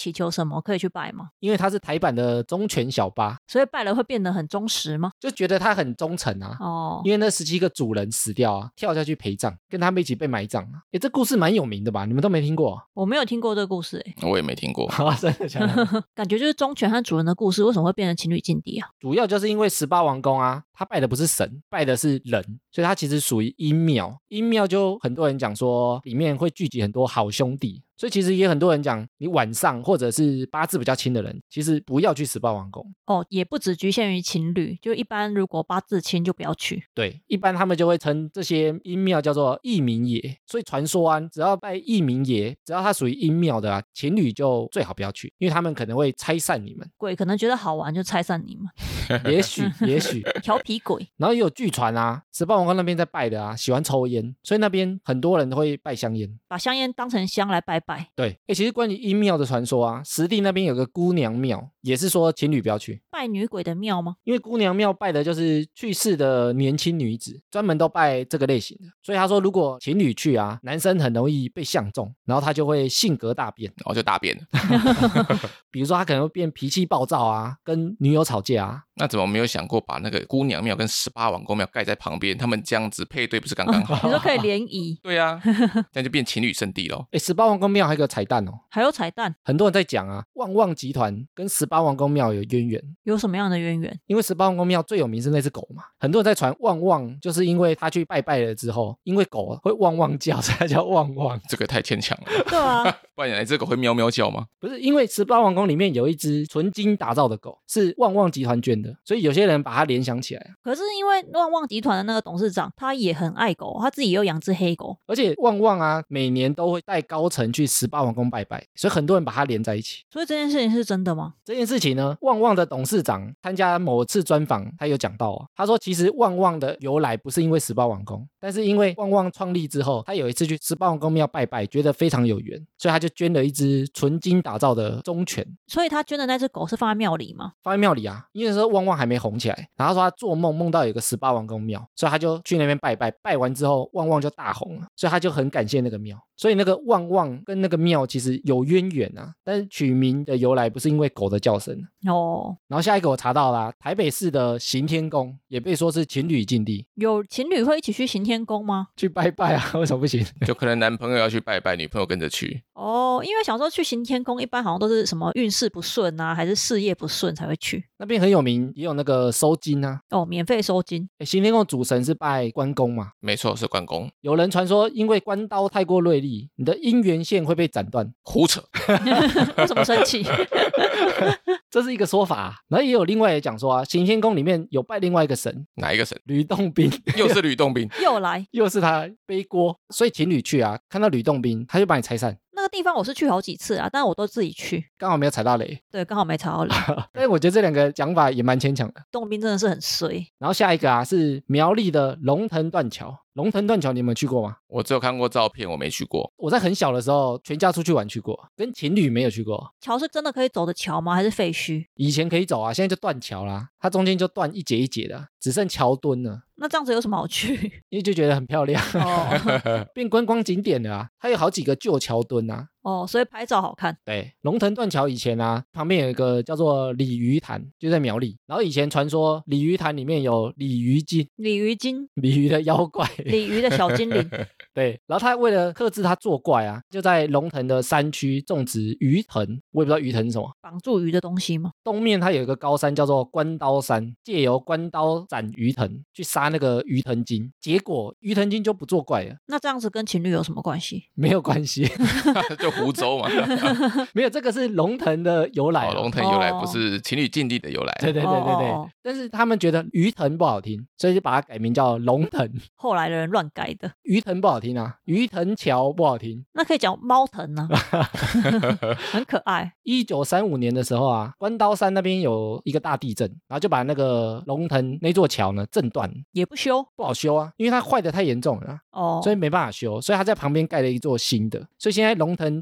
祈求什么可以去拜吗？ 因为他是台版的忠犬小八， 所以拜了会变得很忠实吗？ 就觉得他很忠诚啊。 哦， 因为那17个主人死掉啊，跳下去陪葬，跟他们一起被埋葬啊。诶，这故事蛮有名的吧？你们都没听过？ 我没有听过这个故事我也没听过。 真的假的？ 感觉就是忠犬和主人的故事为什么会变成情侣禁地啊？ 主要就是因为18王公啊，他拜的不是神，拜的是人，所以他其实属于阴庙。阴庙就很多人讲说里面会聚集很多好兄弟，所以其实也很多人讲，你晚上或者是八字比较轻的人，其实不要去18王公。 哦，也不只局限于情侣，就一般如果八字轻就不要去。 对，一般他们就会称这些阴庙叫做义民爷，所以传说啊，只要拜义民爷，只要他属于阴庙的啊，情侣就最好不要去，因为他们可能会拆散你们。 鬼可能觉得好玩就拆散你们， 也许。 调皮鬼。 然后也有据传啊，18王公那边在拜的啊，喜欢抽烟，所以那边很多人都会拜香烟， 把香烟当成香来拜拜。 对，其实关于阴庙的传说啊，实地那边有个姑娘庙，也是说情侣不要去， 拜女鬼的庙吗？ 因为姑娘庙拜的就是去世的年轻女子，专门都拜这个类型的。所以他说，如果情侣去啊，男生很容易被相中，然后他就会性格大变， 然后就大便了。 比如说他可能会变脾气暴躁啊，跟女友吵架啊。 那怎么没有想过把那个姑娘庙跟18王公庙盖在旁边？他们这样子配对不是刚刚好？ 你说可以联谊？ 对啊，这样就变情侣圣地咯。 18王公庙还有个彩蛋哦， 还有彩蛋， 很多人在讲啊，旺旺集团跟18王公庙有渊源。 有什么样的渊源？ 因为18王公庙最有名是那只狗嘛，很多人在传旺旺，就是因为他去拜拜了之后，因为狗会汪汪叫，所以它叫旺旺。 这个太牵强了。 对啊， 不然哪只狗会喵喵叫吗？ 不是，因为18王公里面有一只纯金打造的狗，是旺旺集团捐的，所以有些人把它联想起来。 可是因为旺旺集团的那个董事长，他也很爱狗，他自己也有养只黑狗。 而且旺旺啊，每年都会带高层去18王公拜拜，所以很多人把它连在一起。 所以这件事情是真的吗？ 这件事情呢，旺旺的董事长参加某次专访，他有讲到啊，他说其实旺旺的由来不是因为18王公，但是因为旺旺创立之后，他有一次去18王公庙拜拜，觉得非常有缘，所以他就捐了一只纯金打造的忠犬， 所以他捐的那只狗是放在庙里吗？ 放在庙里啊，因为那时候旺旺还没红起来，然后他说他做梦到有个18王公庙，所以他就去那边拜拜，拜完之后旺旺就大红了，所以他就很感谢那个庙，所以那个旺旺跟那个庙其实有渊源啊，但是取名的由来不是因为狗的叫声。 哦， 然后下一个我查到啦，台北市的行天宫也被说是情侣禁地， 有情侣会一起去行天宫吗？ 去拜拜啊，为什么不行？ 就可能男朋友要去拜拜，女朋友跟着去。 哦，因为小时候去行天宫，一般好像都是什么运势不顺啊，还是事业不顺才会去。 那边很有名，也有那个收金啊。 哦，免费收金。 行天宫主神是拜关公嘛？ 没错，是关公。 有人传说，因为关刀太过锐利，你的姻缘线会被斩断。 胡扯。 为什么生气？ 这是一个说法啊。然后也有另外也讲说啊，行天宫里面有拜另外一个神， 哪一个神？ 吕洞宾。 又是吕洞宾。 又来。 又是他背锅，所以情侣去啊，看到吕洞宾，他就把你拆散。 那个地方我是去好几次啊，但我都自己去。 刚好没有踩到雷。 对，刚好没踩到雷。 但是我觉得这两个讲法也蛮牵强的。 洞宾真的是很衰。 然后下一个啊是苗栗的龙腾断桥。龙腾断桥你有没有去过吗？ 我只有看过照片，我没去过。 我在很小的时候全家出去玩去过，跟情侣没有去过。 桥是真的可以走的桥吗？还是废墟？ 以前可以走啊，现在就断桥啦，它中间就断一节一节的，只剩桥墩了。 那这样子有什么好去？ 因为就觉得很漂亮， 哦变观光景点了啊。它有好几个旧桥墩啊。 哦，所以拍照好看。 对，龙腾断桥以前啊，旁边有一个叫做鲤鱼潭，就在苗栗。然后以前传说鲤鱼潭里面有鲤鱼精， 鲤鱼精， 鲤鱼的妖怪， 鲤鱼的小精灵。 对，然后他为了克制他作怪啊，就在龙腾的山区种植鱼藤，我也不知道鱼藤是什么。 绑住鱼的东西吗？ 东面它有一个高山叫做关刀山，借由关刀斩鱼藤去杀那个鱼藤精，结果鱼藤精就不作怪了。 那这样子跟情侣有什么关系？ 没有关系。 就湖州嘛。 没有，这个是龙腾的由来。 龙腾由来不是情侣禁地的由来。 对对对对对。 哦但是他们觉得鱼藤不好听，所以就把它改名叫龙腾。 后来的人乱改的。 鱼藤不好听啊，鱼藤桥不好听。 那可以讲猫藤啊。很可爱。 1935年的时候啊，关刀山那边有一个大地震，然后就把那个龙腾那座桥呢震断， 也不修。 不好修啊，因为它坏的太严重了啊。 哦， 所以没办法修，所以他在旁边盖了一座新的，所以现在龙腾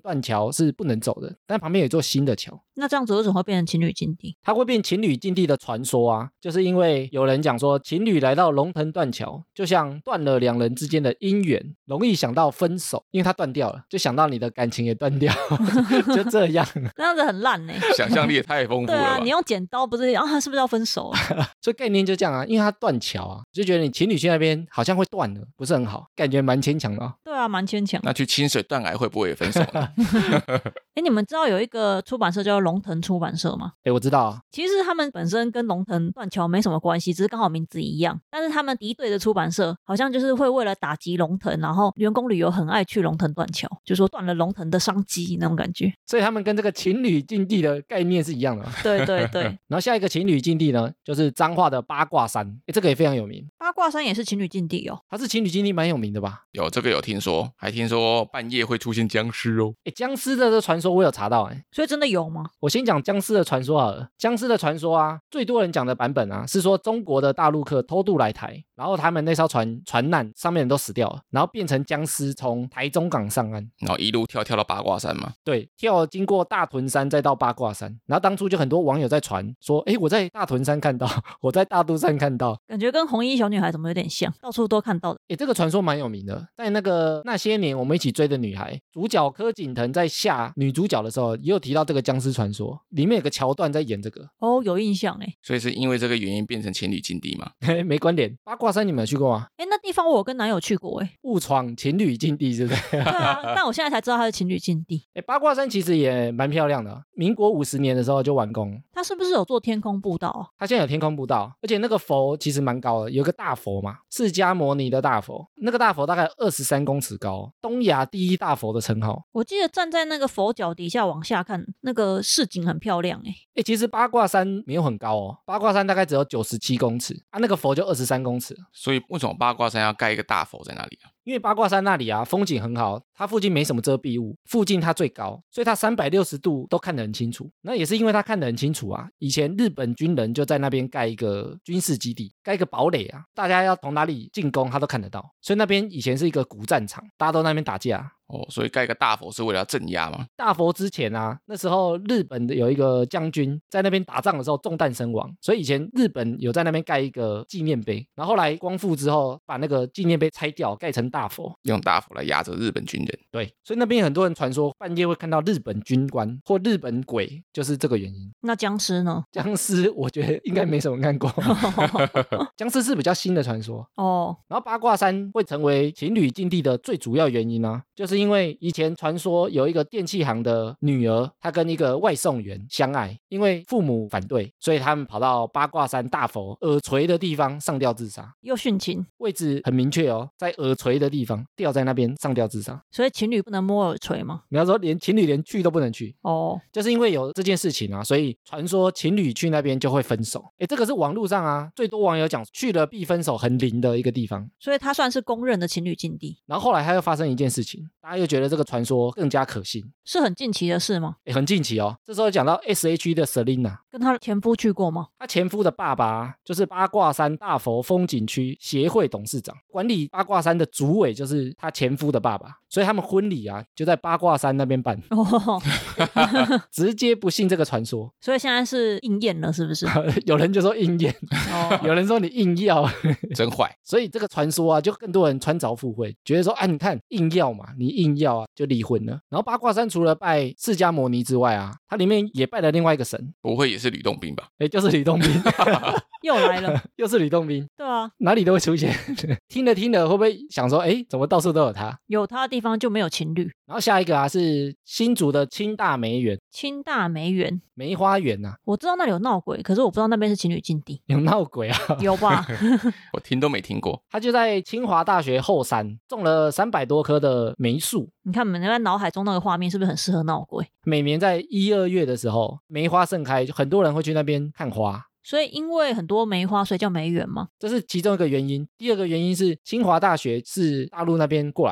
断桥是不能走的，但旁边有一座新的桥。 那这样子为什么会变成情侣禁地？ 它会变情侣禁地的传说啊，就是因为有人讲说，情侣来到龙腾断桥，就像断了两人之间的姻缘，容易想到分手，因为它断掉了，就想到你的感情也断掉，就这样。 那样子很烂呢、 想象力也太丰富对啊， 了吧你？用剪刀不是是不是要分手啊？ 所以概念就这样啊，因为它断桥啊，就觉得你情侣去那边好像会断了，不是很好，感觉蛮牵强的啊。 对啊，蛮牵强。 那去清水断崖会不会也分手呢？ 哎，你们知道有一个出版社叫龙腾出版社吗？ 我知道啊， 其实他们本身跟龙腾断桥没什么关系，只是刚好名字一样。但是他们敌对的出版社好像就是会为了打击龙腾，然后员工旅游很爱去龙腾断桥，就说断了龙腾的商机那种感觉。 所以他们跟这个情侣禁地的概念是一样的啊。 对对对， 然后下一个情侣禁地呢，就是彰化的八卦山，这个也非常有名， 八卦山也是情侣禁地哦。 它是情侣禁地蛮有名的吧？ 有这个有听说，还听说半夜会出现僵尸哦。 僵尸的这传说我有查到， 所以真的有吗？ 我先讲僵尸的传说好了。僵尸的传说啊，最多人讲的版本啊，是说中国的大陆客偷渡来台，然后他们那艘船难，上面人都死掉了，然后变成僵尸从台中港上岸， 然后一路跳到八卦山嘛。 对，经过大屯山再到八卦山，然后当初就很多网友在传说，我在大屯山看到，我在大肚山看到， 感觉跟红衣小女孩怎么有点像，到处都看到的。 这个传说蛮有名的，在那些年我们一起追的女孩，主角柯景腾在吓女主角的时候，也有提到这个僵尸传说，里面有个桥段在演这个， 哦，有印象哎。 所以是因为这个原因变成情侣禁地嘛？ 没关联。八卦山你们有去过吗？ 那地方我有跟男友去过哎。 误闯情侣禁地是不是？ 对啊，但我现在才知道它是情侣禁地。 八卦山其实也蛮漂亮的，民国50年的时候就完工。 它是不是有做天空步道啊？ 它现在有天空步道，而且那个佛其实蛮高的，有个大佛嘛，释迦牟尼的大佛，那个大佛大概23公尺高，东亚第一大佛的称号。 我记得站在那个佛脚底下往下看，那个市景很漂亮哎。 其实八卦山没有很高哦，八卦山大概只有97公尺啊，那个佛就23公尺。 所以为什么八卦山要盖一个大佛在那里啊？ 因为八卦山那里啊，风景很好，它附近没什么遮蔽物，附近它最高，所以它360度都看得很清楚。那也是因为它看得很清楚啊，以前日本军人就在那边盖一个军事基地，盖一个堡垒啊，大家要从哪里进攻，他都看得到。所以那边以前是一个古战场，大家都在那边打架。 所以盖一个大佛是为了要镇压吗？ 大佛之前啊，那时候日本的有一个将军在那边打仗的时候中弹身亡，所以以前日本有在那边盖一个纪念碑，然后后来光复之后把那个纪念碑拆掉，盖成大佛， 用大佛来压着日本军人。 对，所以那边很多人传说半夜会看到日本军官或日本鬼，就是这个原因。 那僵尸呢？ 僵尸我觉得应该没什么看过，僵尸是比较新的传说哦。 然后八卦山会成为情侣禁地的最主要原因呢，就是因为以前传说有一个电器行的女儿，她跟一个外送员相爱，因为父母反对，所以他们跑到八卦山大佛耳垂的地方上吊自杀， 又殉情， 位置很明确哦，在耳垂的地方吊在那边上吊自杀。 所以情侣不能摸耳垂吗？ 你要说情侣连去都不能去哦， 就是因为有这件事情啊，所以传说情侣去那边就会分手。这个是网络上啊最多网友讲去了必分手很灵的一个地方， 所以它算是公认的情侣禁地。 然后后来还又发生一件事情，大家又觉得这个传说更加可信， 是很近期的事吗？ 很近期哦。这时候讲到 S.H.E 的 Selina， 跟她前夫去过吗？ 她前夫的爸爸就是八卦山大佛风景区协会董事长，管理八卦山的主委就是她前夫的爸爸，所以他们婚礼啊就在八卦山那边办， 哦， 直接不信这个传说。 所以现在是应验了，是不是？ 有人就说应验，有人说你硬要， 真坏。 所以这个传说啊，就更多人穿凿附会，觉得说，你看硬要嘛，你硬要啊，就离婚了。然后八卦山除了拜释迦牟尼之外啊，它里面也拜了另外一个神， 不会也是吕洞宾吧？ 就是吕洞宾， 又来了， 又是吕洞宾。 对啊， 哪里都会出现。听着听着，会不会想说，怎么到处都有他？ 有他的地方就没有情侣。 然后下一个啊，是新竹的清大梅园， 清大梅园， 梅花园啊， 我知道那里有闹鬼，可是我不知道那边是情侣禁地。 有闹鬼啊？ 有吧？ 我听都没听过。 他就在清华大学后山种了300多棵的梅树。 你看，你们在脑海中那个画面是不是很适合闹鬼？ 每年在1、2月的时候，梅花盛开，很多人会去那边看花。 所以因为很多梅花，所以叫梅园吗？ 这是其中一个原因。第二个原因是清华大学是大陆那边过来的嘛，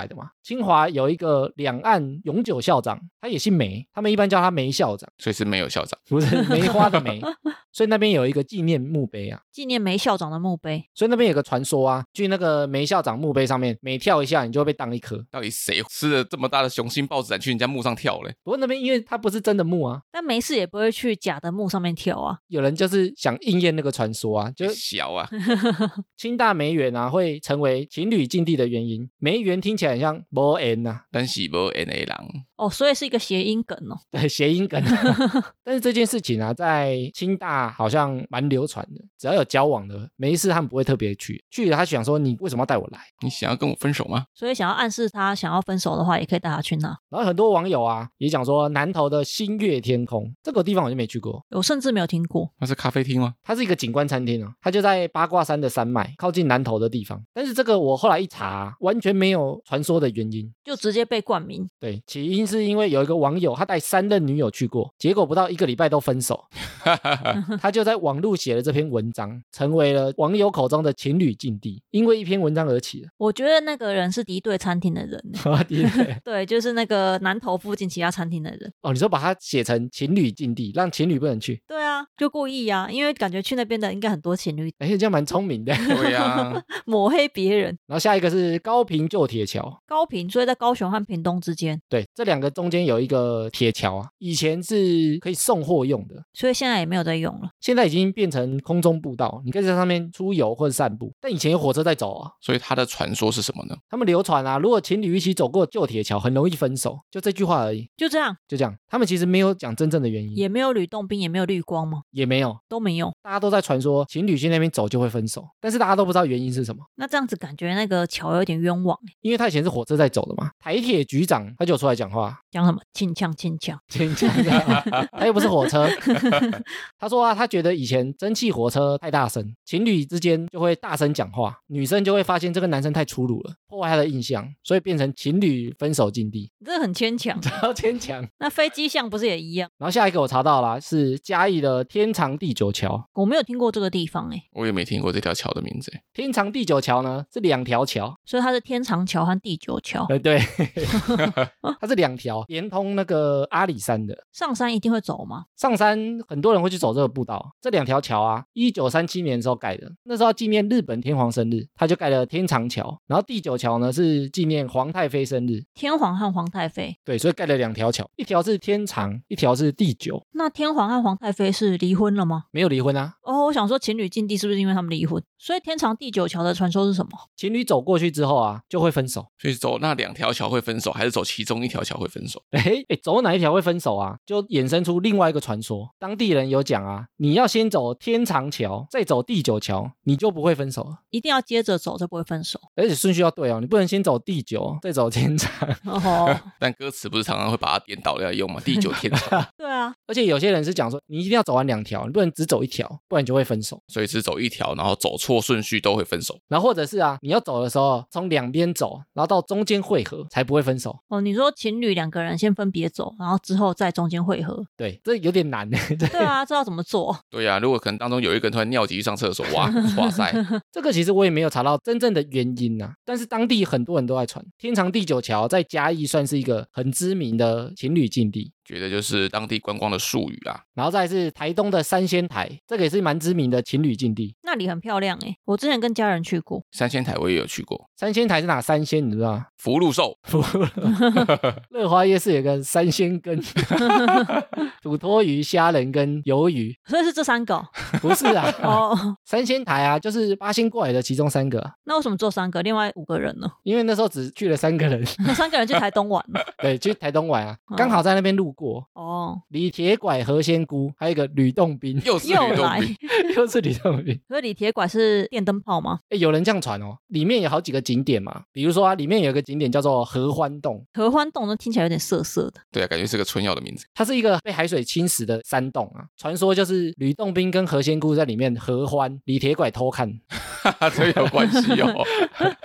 清华有一个两岸永久校长，他也姓梅，他们一般叫他梅校长， 所以是没有校长。 不是梅花的梅，所以那边有一个纪念墓碑啊。 纪念梅校长的墓碑。 所以那边有个传说啊，去那个梅校长墓碑上面，每跳一下你就会被当一颗。 到底谁吃了这么大的雄心豹子胆去人家墓上跳嘞？ 不过那边因为它不是真的墓啊， 但没事也不会去假的墓上面跳啊。 有人就是想应验那个传说啊，就小啊， 清大梅园啊会成为情侣禁地的原因。梅园听起来很像无缘啊， 但是无缘的人。 哦，所以是一个谐音梗哦。 对，谐音梗。但是这件事情啊，在清大好像蛮流传的，只要有交往的，没事他们不会特别去，去了他想说你为什么要带我来？ 你想要跟我分手吗？ 所以想要暗示他想要分手的话，也可以带他去那。 然后很多网友啊也讲说，南投的星月天空这个地方我就没去过， 我甚至没有听过。 那是咖啡厅吗？ 它是一个景观餐厅啊，它就在八卦山的山脉，靠近南投的地方。但是这个我后来一查啊，完全没有传说的原因， 就直接被冠名。 对，起因是因为有一个网友他带3任女友去过，结果不到1个礼拜都分手，他就在网络写了这篇文章，成为了网友口中的情侣禁地，因为一篇文章而起的。 我觉得那个人是敌对餐厅的人。对，就是那个南投附近其他餐厅的人。 哦，你说把它写成情侣禁地，让情侣不能去？ 对啊，就故意啊，因为感觉去那边的应该很多情侣。 哎，这样蛮聪明的。 对啊， 抹黑别人。 然后下一个是高屏旧铁桥。 高屏，所以在高雄和屏东之间。 对，这2个中间有一个铁桥啊，以前是可以送货用的， 所以现在也没有在用了。 现在已经变成空中步道，你可以在上面出游或者散步。但以前有火车在走啊。 所以它的传说是什么呢？ 他们流传啊，如果情侣一起走过旧铁桥，很容易分手，就这句话而已。 就这样， 就这样。他们其实没有讲真正的原因， 也没有吕洞宾，也没有绿光吗？ 也没有， 都没有。 大家都在传说情侣去那边走就会分手，但是大家都不知道原因是什么。 那这样子感觉那个桥有点冤枉欸。 因为他以前是火车在走的嘛，台铁局长他就出来讲话， 讲什么轻呛轻呛， 他又不是火车。他说啊，他觉得以前蒸汽火车太大声，情侣之间就会大声讲话，女生就会发现这个男生太粗鲁了，破坏他的印象，所以变成情侣分手禁地。 这很牵强。 超牵强。 那飞机巷不是也一样？ 然后下一个我查到了，是嘉义的天长地久桥。 我没有听过这个地方欸。 我也没听过这条桥的名字。 天长地久桥呢是2条桥， 所以它是天长桥和地久桥。 对，它是2条连通那个阿里山的。 上山一定会走吗？ 上山很多人会去走这个步道。这2条桥啊，1937年的时候盖的，那时候纪念日本天皇生日，他就盖了天长桥。然后地久桥呢是纪念皇太妃生日， 天皇和皇太妃。 对，所以盖了2条桥，一条是天长，一条是地久。 那天皇和皇太妃是离婚了吗？ 没有离婚啊。 哦，我想说情侣禁地是不是因为他们离婚？所以天长地久桥的传说是什么？ 情侣走过去之后啊，就会分手。 所以走那2条桥会分手，还是走其中1条桥会分手？ 走哪一条会分手啊？就衍生出另外一个传说。当地人有讲啊，你要先走天长桥，再走地久桥，你就不会分手了。 一定要接着走，就不会分手。 而且顺序要对哦，你不能先走地久，再走天长。 哦， 但歌词不是常常会把它颠倒来用吗？地久天长。 对啊， 而且有些人是讲说，你一定要走完2条，你不能只走1条，不然你就会分手。 所以只走1条，然后走错顺序都会分手。 然后或者是啊，你要走的时候从2边走，然后到中间汇合才不会分手。 哦，你说情侣2个人先分别走，然后之后在中间汇合。 对，这有点难。 对啊，知道怎么做。 对啊，如果可能当中有一个人突然尿急去上厕所，哇塞。 这个其实我也没有查到真正的原因啊，但是当地很多人都在传，天长地久桥在嘉义算是一个很知名的情侣禁地。 觉得就是当地观光的术语啦。 然后再是台东的三仙台，这个也是蛮知名的情侣禁地。 那里很漂亮欸，我之前跟家人去过。 三仙台我也有去过。 三仙台是哪三仙你知道吗？ 福禄寿。 乐华夜市有个三仙羹，土托鱼、虾仁跟鱿鱼。 所以是这3个哦？ 不是啊。 哦， 三仙台啊，就是8仙过来的其中3个啊。 那为什么做3个，另外5个人呢？ 因为那时候只去了3个人。 那3个人去台东玩了。 对，去台东玩啊，刚好在那边路过。 哦， 李铁拐、何仙姑，还有一个吕洞宾。 又是吕又来。 洞宾。 又是吕洞宾。 所以李铁拐是电灯泡吗？ 有人这样传哦，里面有好几个景点嘛，比如说啊，里面有一个景点叫做合欢洞。 合欢洞呢听起来有点涩涩的。 对啊，感觉是个春药的名字。 它是一个被海水侵蚀的山洞啊，传说就是吕洞宾跟何仙姑在里面合欢，李铁拐偷看。 这有关系哦。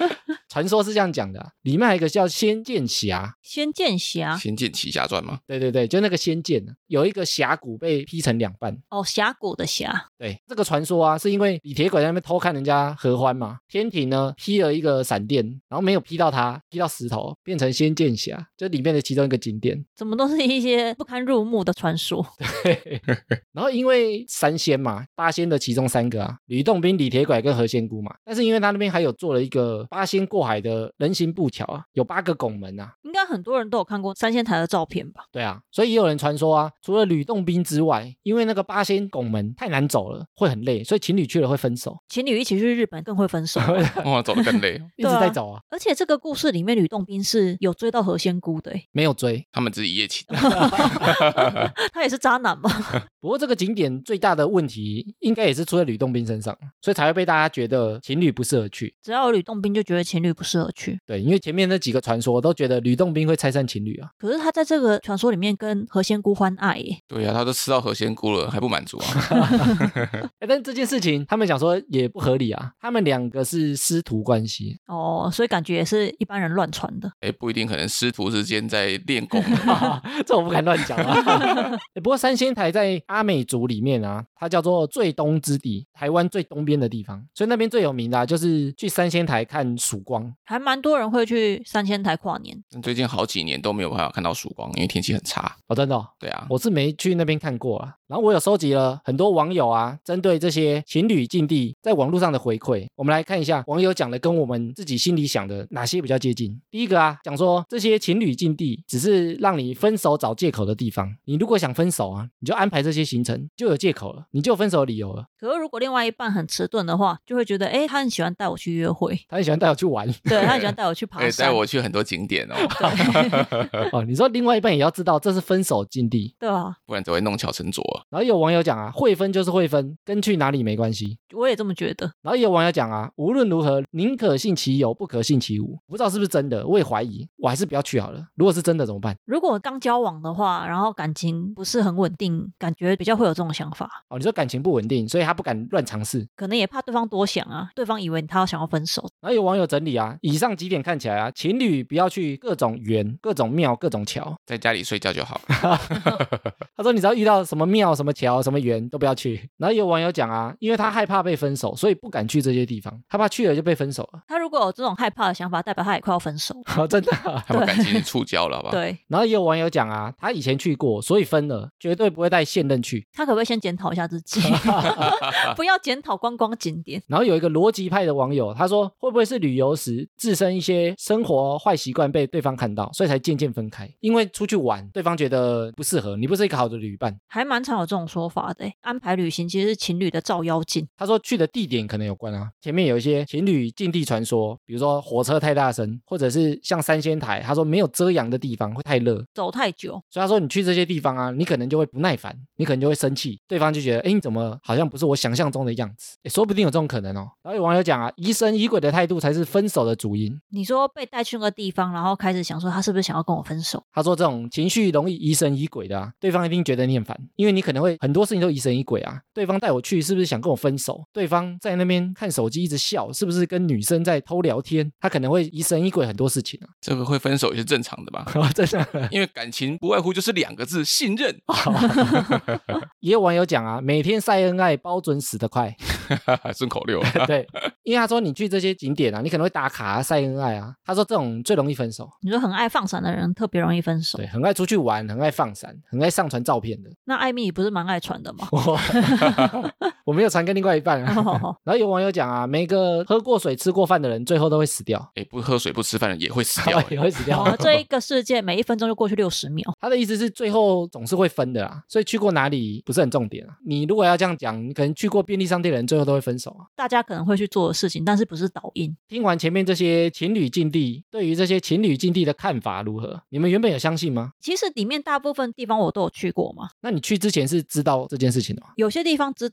传说是这样讲的里面还有一个叫仙剑峡。 仙剑峡仙剑奇侠传吗？ 对对对，就那个仙剑有一个峡谷被劈成2半。 哦，峡谷的峡。 对，这个传说啊，是因为李铁拐在那边偷看人家合欢嘛，天庭呢劈了一个闪电，然后没有劈到他，劈到石头，变成仙剑峡，就里面的其中一个景点。 怎么都是一些不堪入目的传说。 对，然后因为3仙嘛，8仙的其中3个吕洞宾、李铁拐跟何仙姑嘛，但是因为他那边还有做了一个8仙过海的人行步桥有8个拱门应该很多人都有看过三仙台的照片吧？ 对啊，所以也有人传说除了吕洞宾之外，因为那个8仙拱门太难走了，会很累，所以情侣去了会分手。 情侣一起去日本更会分手。 哇，走得更累。 一直在走而且这个故事里面吕洞宾是有追到何仙姑的没有追， 他们只是一夜情。 他也是渣男嘛。 不过这个景点最大的问题应该也是出在吕洞宾身上，所以才会被大家觉得情侣不适合去。 只要有吕洞宾就觉得情侣不适合去。 对，因为前面那几个传说都觉得吕洞宾会拆散情侣可是他在这个传说里面跟何仙姑欢爱耶。 对啊，他都吃到何仙姑了还不满足但这件事情他们想说也不合理他们2个是师徒关系所以感觉也是一般人乱传的。 不一定，可能师徒之间在练功。 这我不敢乱讲不过三仙台在阿美族里面它叫做最东之地，台湾最东边的地方，所以那边最有名的就是去三仙台看曙光。 还蛮多人会去三仙台跨年。 最近好几年都没有办法看到曙光，因为天气很差。 真的对啊， 我是没去那边看过然后我有收集了很多网友针对这些情侣禁地在网络上的回馈，我们来看一下网友讲的跟我们自己心里想的哪些比较接近。第一个讲说这些情侣禁地只是让你分手找借口的地方，你如果想分手你就安排这些行程，就有借口了，你就有分手的理由了。 可是如果另外一半很迟钝的话，就会觉得他很喜欢带我去约会， 他很喜欢带我去玩。 对，他很喜欢带我去爬山， 带我去很多景点你说另外一半也要知道这是分手禁地， 对啊， 不然只会弄巧成拙。 然后有网友讲会分就是会分，跟去哪里没关系。 我也这么觉得。 然后也有网友讲无论如何宁可信其有不可信其无，不知道是不是真的，我也怀疑，我还是不要去好了。如果是真的怎么办？ 如果刚交往的话，然后感情不是很稳定，感觉比较会有这种想法。 你说感情不稳定，所以他不敢乱尝试， 可能也怕对方多想对方以为他想要分手。 然后有网友整理以上几点看起来情侣不要去各种园、各种庙、各种桥， 在家里睡觉就好。 他说你只要遇到什么庙、什么桥、什么园都不要去。然后有网友讲因为他害怕被分手，所以不敢去这些地方，他怕去了就被分手了。 他如果有这种害怕的想法，代表他也快要分手了。 真的他们感情触礁了，好不好？ 对。 然后也有网友讲他以前去过，所以分了，绝对不会带现任去。 他可不可以先检讨一下自己，不要检讨观光景点。 然后有一个逻辑派的网友，他说会不会是旅游时自身一些生活坏习惯被对方看到，所以才渐渐分开？因为出去玩，对方觉得不适合，你不是一个好的旅伴。 还蛮常有这种说法的。安排旅行其实是情侣的照妖镜。 他说去的地点可能有关前面有一些情侣禁地传说，比如说火车太大声，或者是像三仙台，他说没有遮阳的地方会太热， 走太久。 所以他说你去这些地方你可能就会不耐烦，你可能就会生气，对方就觉得你怎么好像不是我想象中的样子，说不定有这种可能然后有网友讲疑神疑鬼的态度才是分手的主因。 你说被带去那个地方，然后开始想说他是不是想要跟我分手？ 他说这种情绪容易疑神疑鬼的对方一定觉得你很烦，因为你可能会很多事情都疑神疑鬼对方带我去是不是想跟我分手？对方在那边看手机一直笑，是不是跟女生在偷聊天？他可能会疑神疑鬼很多事情这个会分手也是正常的吧？ 真的， 因为感情不外乎就是2个字：信任。 也有网友讲每天晒恩爱包准死得快。 顺口溜。 对，因为他说你去这些景点你可能会打卡晒恩爱他说这种最容易分手。 你说很爱放闪的人特别容易分手。 对，很爱出去玩，很爱放闪，很爱上传照片的。 那艾米不是蛮爱传的吗？ 我没有传跟另外一半然后有网友讲每个喝过水吃过饭的人最后都会死掉。 不喝水不吃饭的也会死掉。 也会死掉这一个世界每1分钟就过去60秒。 他的意思是最后总是会分的所以去过哪里不是很重点你如果要这样讲，你可能去过便利商店的人最后都会分手大家可能会去做的事情，但是不是导因。 听完前面这些情侣禁地，对于这些情侣禁地的看法如何？你们原本有相信吗？ 其实里面大部分地方我都有去过嘛。 那你去之前是知道这件事情的吗？ 有些地方知道，有些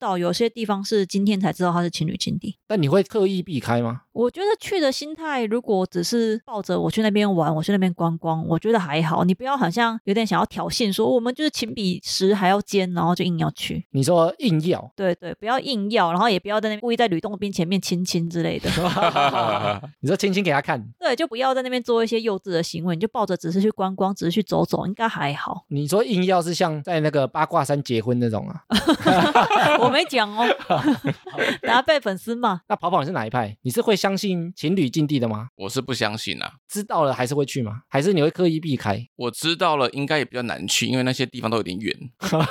些地方是今天才知道它是情侣禁地。 但你会刻意避开吗？ 我觉得去的心态，如果只是抱着我去那边玩，我去那边观光，我觉得还好。你不要好像有点想要挑衅，说我们就是情比实还要尖，然后就硬要去。 你说硬要？ 对对，不要硬要，然后也不要在那边故意在吕洞宾前面亲亲之类的。 你说亲亲给他看？ 对，就不要在那边做一些幼稚的行为，你就抱着只是去观光，只是去走走，应该还好。 你说硬要是像在那个八卦山结婚那种啊？ 我没讲哦，等下被粉丝骂。 那跑跑你是哪一派？你是会相信情侣禁地的吗？ 我是不相信啊， 知道了还是会去吗？还是你会刻意避开？ 我知道了应该也比较难去，因为那些地方都有点远。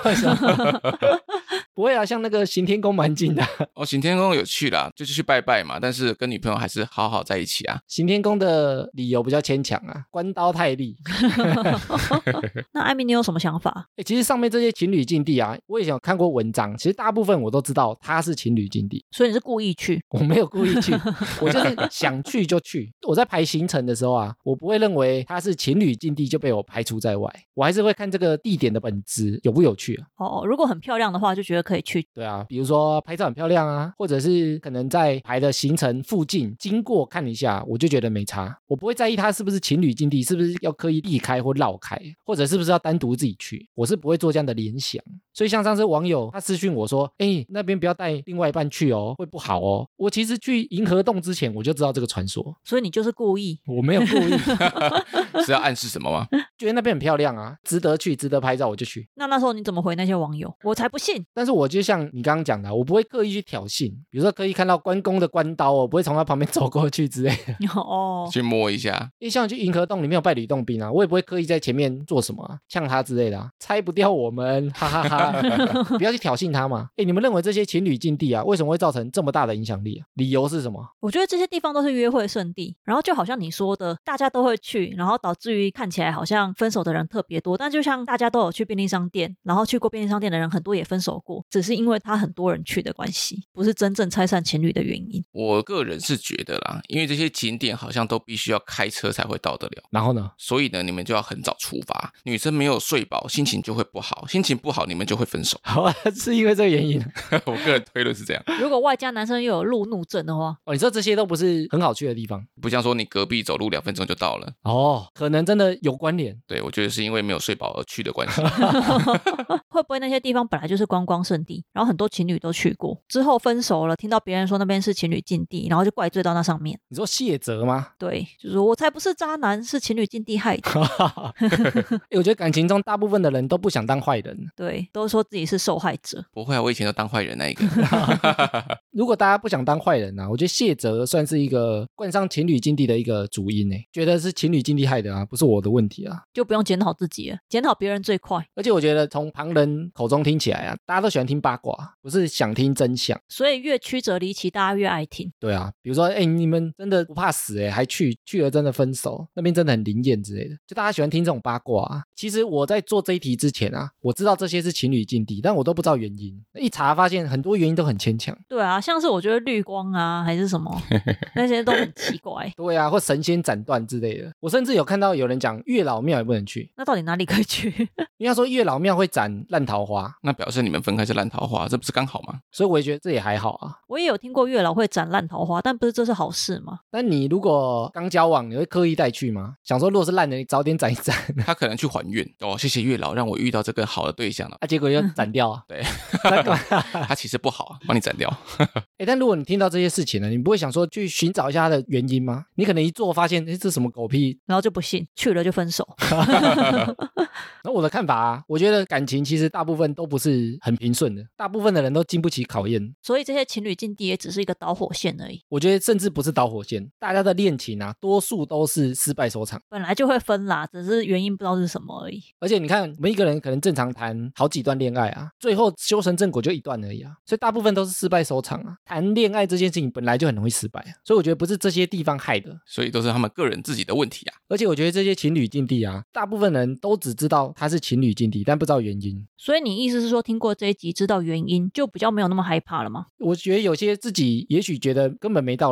不会啊，像那个行天宫蛮近的。 哦，行天宫有去啦，就是去拜拜嘛，但是跟女朋友还是好好在一起啊。 行天宫的理由比较牵强啊，关刀太利。 那艾米，你有什么想法？ 其实上面这些情侣禁地啊，我以前有看过文章，其实大部分我都知道它是情侣禁地。 所以你是故意去？ 我没有故意去，我就是想去就去。我在排行程的时候啊，我不会认为它是情侣禁地就被我排除在外，我还是会看这个地点的本质有不有趣啊。 哦，如果很漂亮的话，就觉得可以去。 对啊，比如说拍照很漂亮啊，或者是可能在排的行程附近经过看一下，我就觉得没差。我不会在意它是不是情侣禁地，是不是要刻意避开或绕开，或者是不是要单独自己去，我是不会做这样的联想。所以像上次网友他私讯我说，那边不要带另外一半去哦，会不好哦。我其实去银河洞之前我就知道这个传说， 所以你就是故意？ 我没有故意。 是要暗示什么吗？ 觉得那边很漂亮啊，值得去，值得拍照，我就去。 那时候你怎么回那些网友？我才不信。 但是我就像你刚刚讲的，我不会刻意去挑衅，比如说刻意看到关公的关刀，我不会从他旁边走过去之类的。 哦， 去摸一下。 因为像去银河洞里面有拜吕洞宾啊，我也不会刻意在前面做什么啊，呛他之类的啊，拆不掉我们，哈哈哈。不要去挑衅他嘛。你们认为这些情侣禁地啊，为什么会造成这么大的影响力啊？理由是什么？ 我觉得这些地方都是约会圣地，然后就好像你说的，大家都会去，然后导致于看起来好像分手的人特别多，但就像大家都有去便利商店，然后去过便利商店的人很多也分手过，只是因为他很多人去的关系，不是真正拆散情侣的原因。 我个人是觉得啦，因为这些景点好像都必须要开车才会到得了， 然后呢？ 所以呢，你们就要很早出发，女生没有睡饱，心情就会不好，心情不好，你们就会分手。 好啊，是因为这个原因。 我个人推论是这样。 如果外加男生又有路怒症的话， 你说这些都不是很好去的地方， 不像说你隔壁走路2分钟就到了。 哦，可能真的有关联。 对，我觉得是因为没有睡饱而去的关系。 会不会那些地方本来就是观光圣地，然后很多情侣都去过，之后分手了，听到别人说那边是情侣禁地，然后就怪罪到那上面？ 你说谢责吗？ 对，就是我才不是渣男，是情侣禁地害的。 我觉得感情中大部分的人都不想当坏人。 对，都说自己是受害者。 不会啊，我以前都当坏人那一个。 如果大家不想当坏人啊，我觉得谢责算是一个冠上情侣禁地的一个主因诶，觉得是情侣禁地害的啊，不是我的问题啊， 就不用检讨自己了，检讨别人最快。 而且我觉得从旁人口中听起来啊，大家都喜欢听八卦，不是想听真相。 所以越曲折离奇，大家越爱听。 对啊，比如说你们真的不怕死还去了真的分手，那边真的很灵验之类的，就大家喜欢听这种八卦啊。其实我在做这一题之前啊，我知道这些是情侣禁地，但我都不知道原因，一查发现很多原因都很牵强。 对啊，像是我觉得绿光啊还是什么那些都很奇怪。 对啊，或神仙斩断之类的。我甚至有看到有人讲月老庙也不能去。 那到底哪里可以去？ 因为他说月老庙会斩烂桃花， 那表示你们分开是烂桃花，这不是刚好吗？ 所以我也觉得这也还好啊。 我也有听过月老会斩烂桃花，但不是这是好事吗？ 但你如果刚交往，你会刻意带去吗？想说如果是烂的，你早点斩一斩。 他可能去还愿哦，谢谢月老让我遇到这个好的对象了结果又斩掉啊。 对，他其实不好，帮你斩掉。 但如果你听到这些事情呢，你不会想说去寻找一下它的原因吗？你可能一做发现这什么狗屁， 然后就不信，去了就分手。 那我的看法啊，我觉得感情其实大部分都不是很平顺的，大部分的人都经不起考验。 所以这些情侣禁地也只是一个导火线而已。 我觉得甚至不是导火线，大家的恋情啊，多数都是失败收场。 本来就会分啦，只是原因不知道是什么而已。 而且你看，我们一个人可能正常谈好几段恋爱啊，最后修成正果就一段而已啊，所以大部分都是失败收场啊。谈恋爱这件事情本来就很容易失败啊，所以我觉得不是这些地方害的， 所以都是他们个人自己的问题啊。 而且我觉得这些情侣禁地啊，大部分人都只知道它是情侣禁地，但不知道原因。 所以你意思是说，听过这一集知道原因，就比较没有那么害怕了吗？ 我觉得有些自己也许觉得根本没道理啊，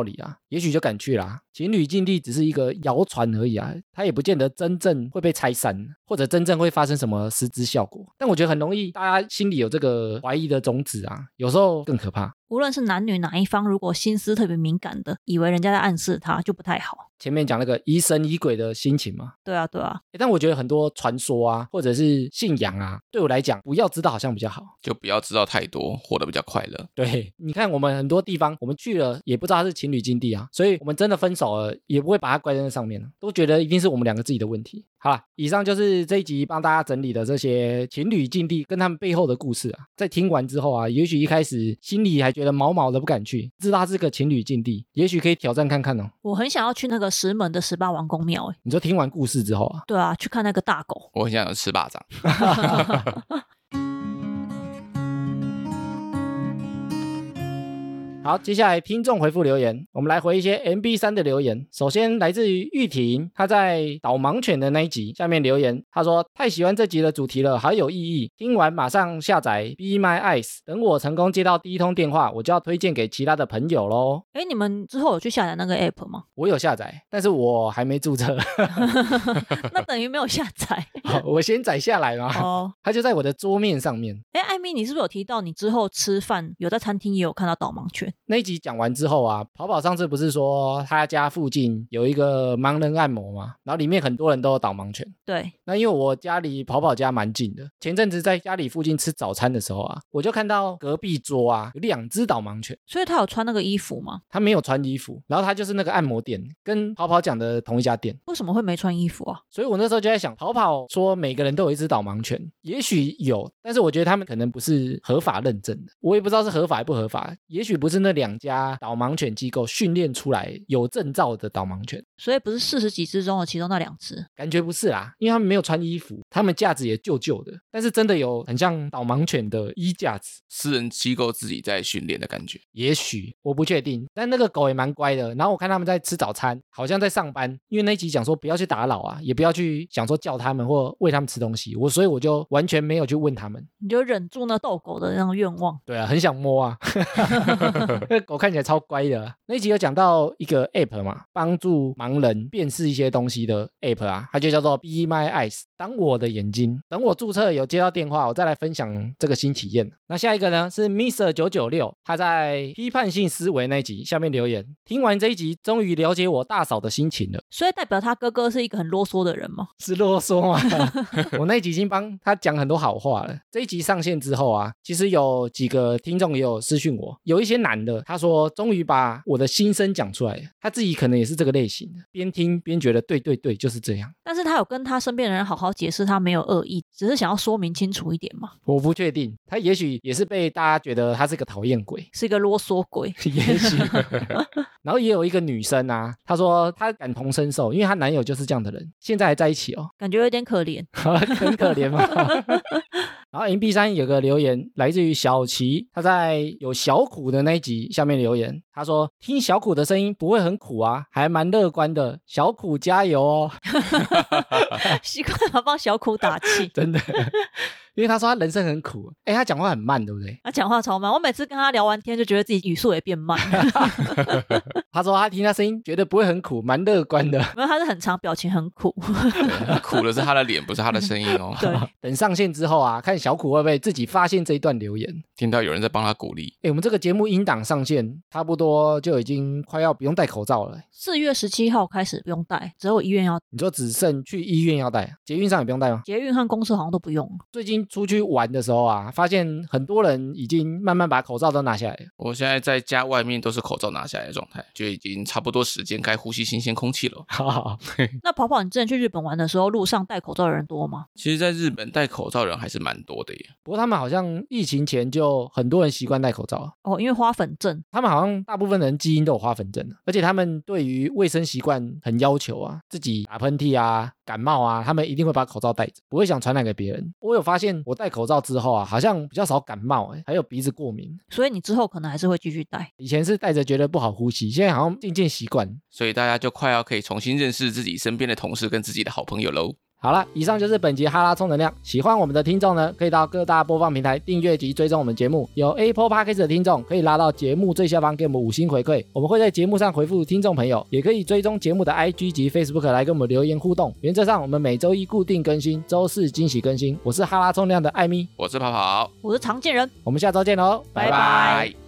也许就敢去啦。情侣禁地只是一个谣传而已啊，它也不见得真正会被拆散，或者真正会发生什么实质效果。但我觉得很容易，大家心里有这个怀疑的种子啊，有时候更可怕。 无论是男女哪一方，如果心思特别敏感的，以为人家在暗示他，就不太好。 前面讲那个疑神疑鬼的心情嘛， 对啊，对啊， 但我觉得很多传说啊，或者是信仰啊，对我来讲，不要知道好像比较好。 就不要知道太多，活得比较快乐。 对，你看我们很多地方，我们去了也不知道它是情侣禁地啊，所以我们真的分手了，也不会把它怪在那上面，都觉得一定是我们两个自己的问题。好了，以上就是这一集帮大家整理的这些情侣禁地跟他们背后的故事啊。在听完之后啊，也许一开始心里还觉得毛毛的不敢去，知道它是个情侣禁地，也许可以挑战看看哦。 我很想要去那个石门的18王公庙你说听完故事之后啊？ 对啊，去看那个大狗。 我很想有吃巴掌。 好，接下来听众回复留言，我们来回一些 MB3 的留言。首先来自于玉婷，他在导盲犬的那一集下面留言，他说太喜欢这集的主题了，好有意义，听完马上下载 Be My Eyes， 等我成功接到第一通电话，我就要推荐给其他的朋友咯。 诶，你们之后有去下载那个 app 吗？ 我有下载，但是我还没注册。 那等于没有下载。 好，我先载下来嘛。 哦， 它就在我的桌面上面。 诶，艾米，你是不是有提到你之后吃饭有在餐厅也有看到导盲犬？ 那一集讲完之后啊，跑跑上次不是说他家附近有一个盲人按摩吗？然后里面很多人都有导盲犬。 对， 那因为我家离跑跑家蛮近的，前阵子在家里附近吃早餐的时候啊，我就看到隔壁桌啊有2只导盲犬。 所以他有穿那个衣服吗？ 他没有穿衣服，然后他就是那个按摩店，跟跑跑讲的同一家店。 为什么会没穿衣服啊？ 所以我那时候就在想，跑跑说每个人都有一只导盲犬，也许有，但是我觉得他们可能不是合法认证的，我也不知道是合法还不合法，也许不是那2家导盲犬机构训练出来有证照的导盲犬， 所以不是40几只中的其中那2只， 感觉不是啦，因为他们没有穿衣服，他们架子也旧旧的，但是真的有很像导盲犬的衣架子， 私人机构自己在训练的感觉， 也许我不确定，但那个狗也蛮乖的。然后我看他们在吃早餐，好像在上班，因为那一集讲说不要去打扰啊，也不要去想说叫他们或喂他们吃东西，所以我就完全没有去问他们， 你就忍住那逗狗的那种愿望。 对啊，很想摸啊，那狗看起来超乖的啊。那一集有讲到一个 app 嘛，帮助盲人辨识一些东西的 app 啊，它就叫做 Be My Eyes， 当我的眼睛。等我注册有接到电话，我再来分享这个新体验。那下一个呢是 Mr.996， 他在批判性思维那一集下面留言，听完这一集终于了解我大嫂的心情了。 所以代表他哥哥是一个很啰嗦的人吗？ 是啰嗦吗？我那一集已经帮他讲很多好话了。这一集上线之后啊，其实有几个听众也有私讯我，有一些男的他说终于把我的心声讲出来了，他自己可能也是这个类型的，边听边觉得对对对就是这样。 但是他有跟他身边的人好好解释他没有恶意，只是想要说明清楚一点嘛。 我不确定，他也许也是被大家觉得他是个讨厌鬼， 是一个啰嗦鬼。 也许。然后也有一个女生啊，她说她感同身受，因为她男友就是这样的人，现在还在一起哦， 感觉有点可怜。 很可怜嘛。然后 MB3 有个留言来自于小琪，他在有小苦的那一集下面留言，他说听小苦的声音不会很苦啊，还蛮乐观的，小苦加油哦。 习惯了帮小苦打气。 真的，因为他说他人生很苦，他讲话很慢，对不对？ 他讲话超慢，我每次跟他聊完天就觉得自己语速也变慢。 他说他听他声音觉得不会很苦，蛮乐观的。 没有，他是很长，表情很苦。 苦的是他的脸，不是他的声音哦。 对， 等上线之后啊，看小苦会不会自己发现这一段留言， 听到有人在帮他鼓励。 我们这个节目音档上线差不多就已经快要不用戴口罩了。 4月17号开始不用戴，只有医院要。 你说只剩去医院要戴，捷运上也不用戴吗？ 捷运和公车好像都不用。 最近出去玩的时候啊，发现很多人已经慢慢把口罩都拿下来了。 我现在在家外面都是口罩拿下来的状态，就已经差不多时间该呼吸新鲜空气了。 那跑跑，你之前去日本玩的时候，路上戴口罩的人多吗？ 其实在日本戴口罩的人还是蛮多的耶。 不过他们好像疫情前就很多人习惯戴口罩， 哦，因为花粉症。 他们好像大部分人基因都有花粉症，而且他们对于卫生习惯很要求啊，自己打喷嚏啊、感冒啊，他们一定会把口罩戴着，不会想传染给别人。我有发现我戴口罩之后啊，好像比较少感冒，还有鼻子过敏。 所以你之后可能还是会继续戴。 以前是戴着觉得不好呼吸，现在好像渐渐习惯。 所以大家就快要可以重新认识自己身边的同事跟自己的好朋友喽。 好了，以上就是本集哈拉充能量。喜欢我们的听众呢，可以到各大播放平台订阅及追踪我们节目。有 Apple Podcast 的听众可以拉到节目最下方给我们5星回馈，我们会在节目上回复听众朋友。也可以追踪节目的 IG 及 Facebook 来跟我们留言互动。原则上我们每周一固定更新，周四惊喜更新。我是哈拉充能量的艾米， 我是跑跑， 我是常见人， 我们下周见喽， 拜拜。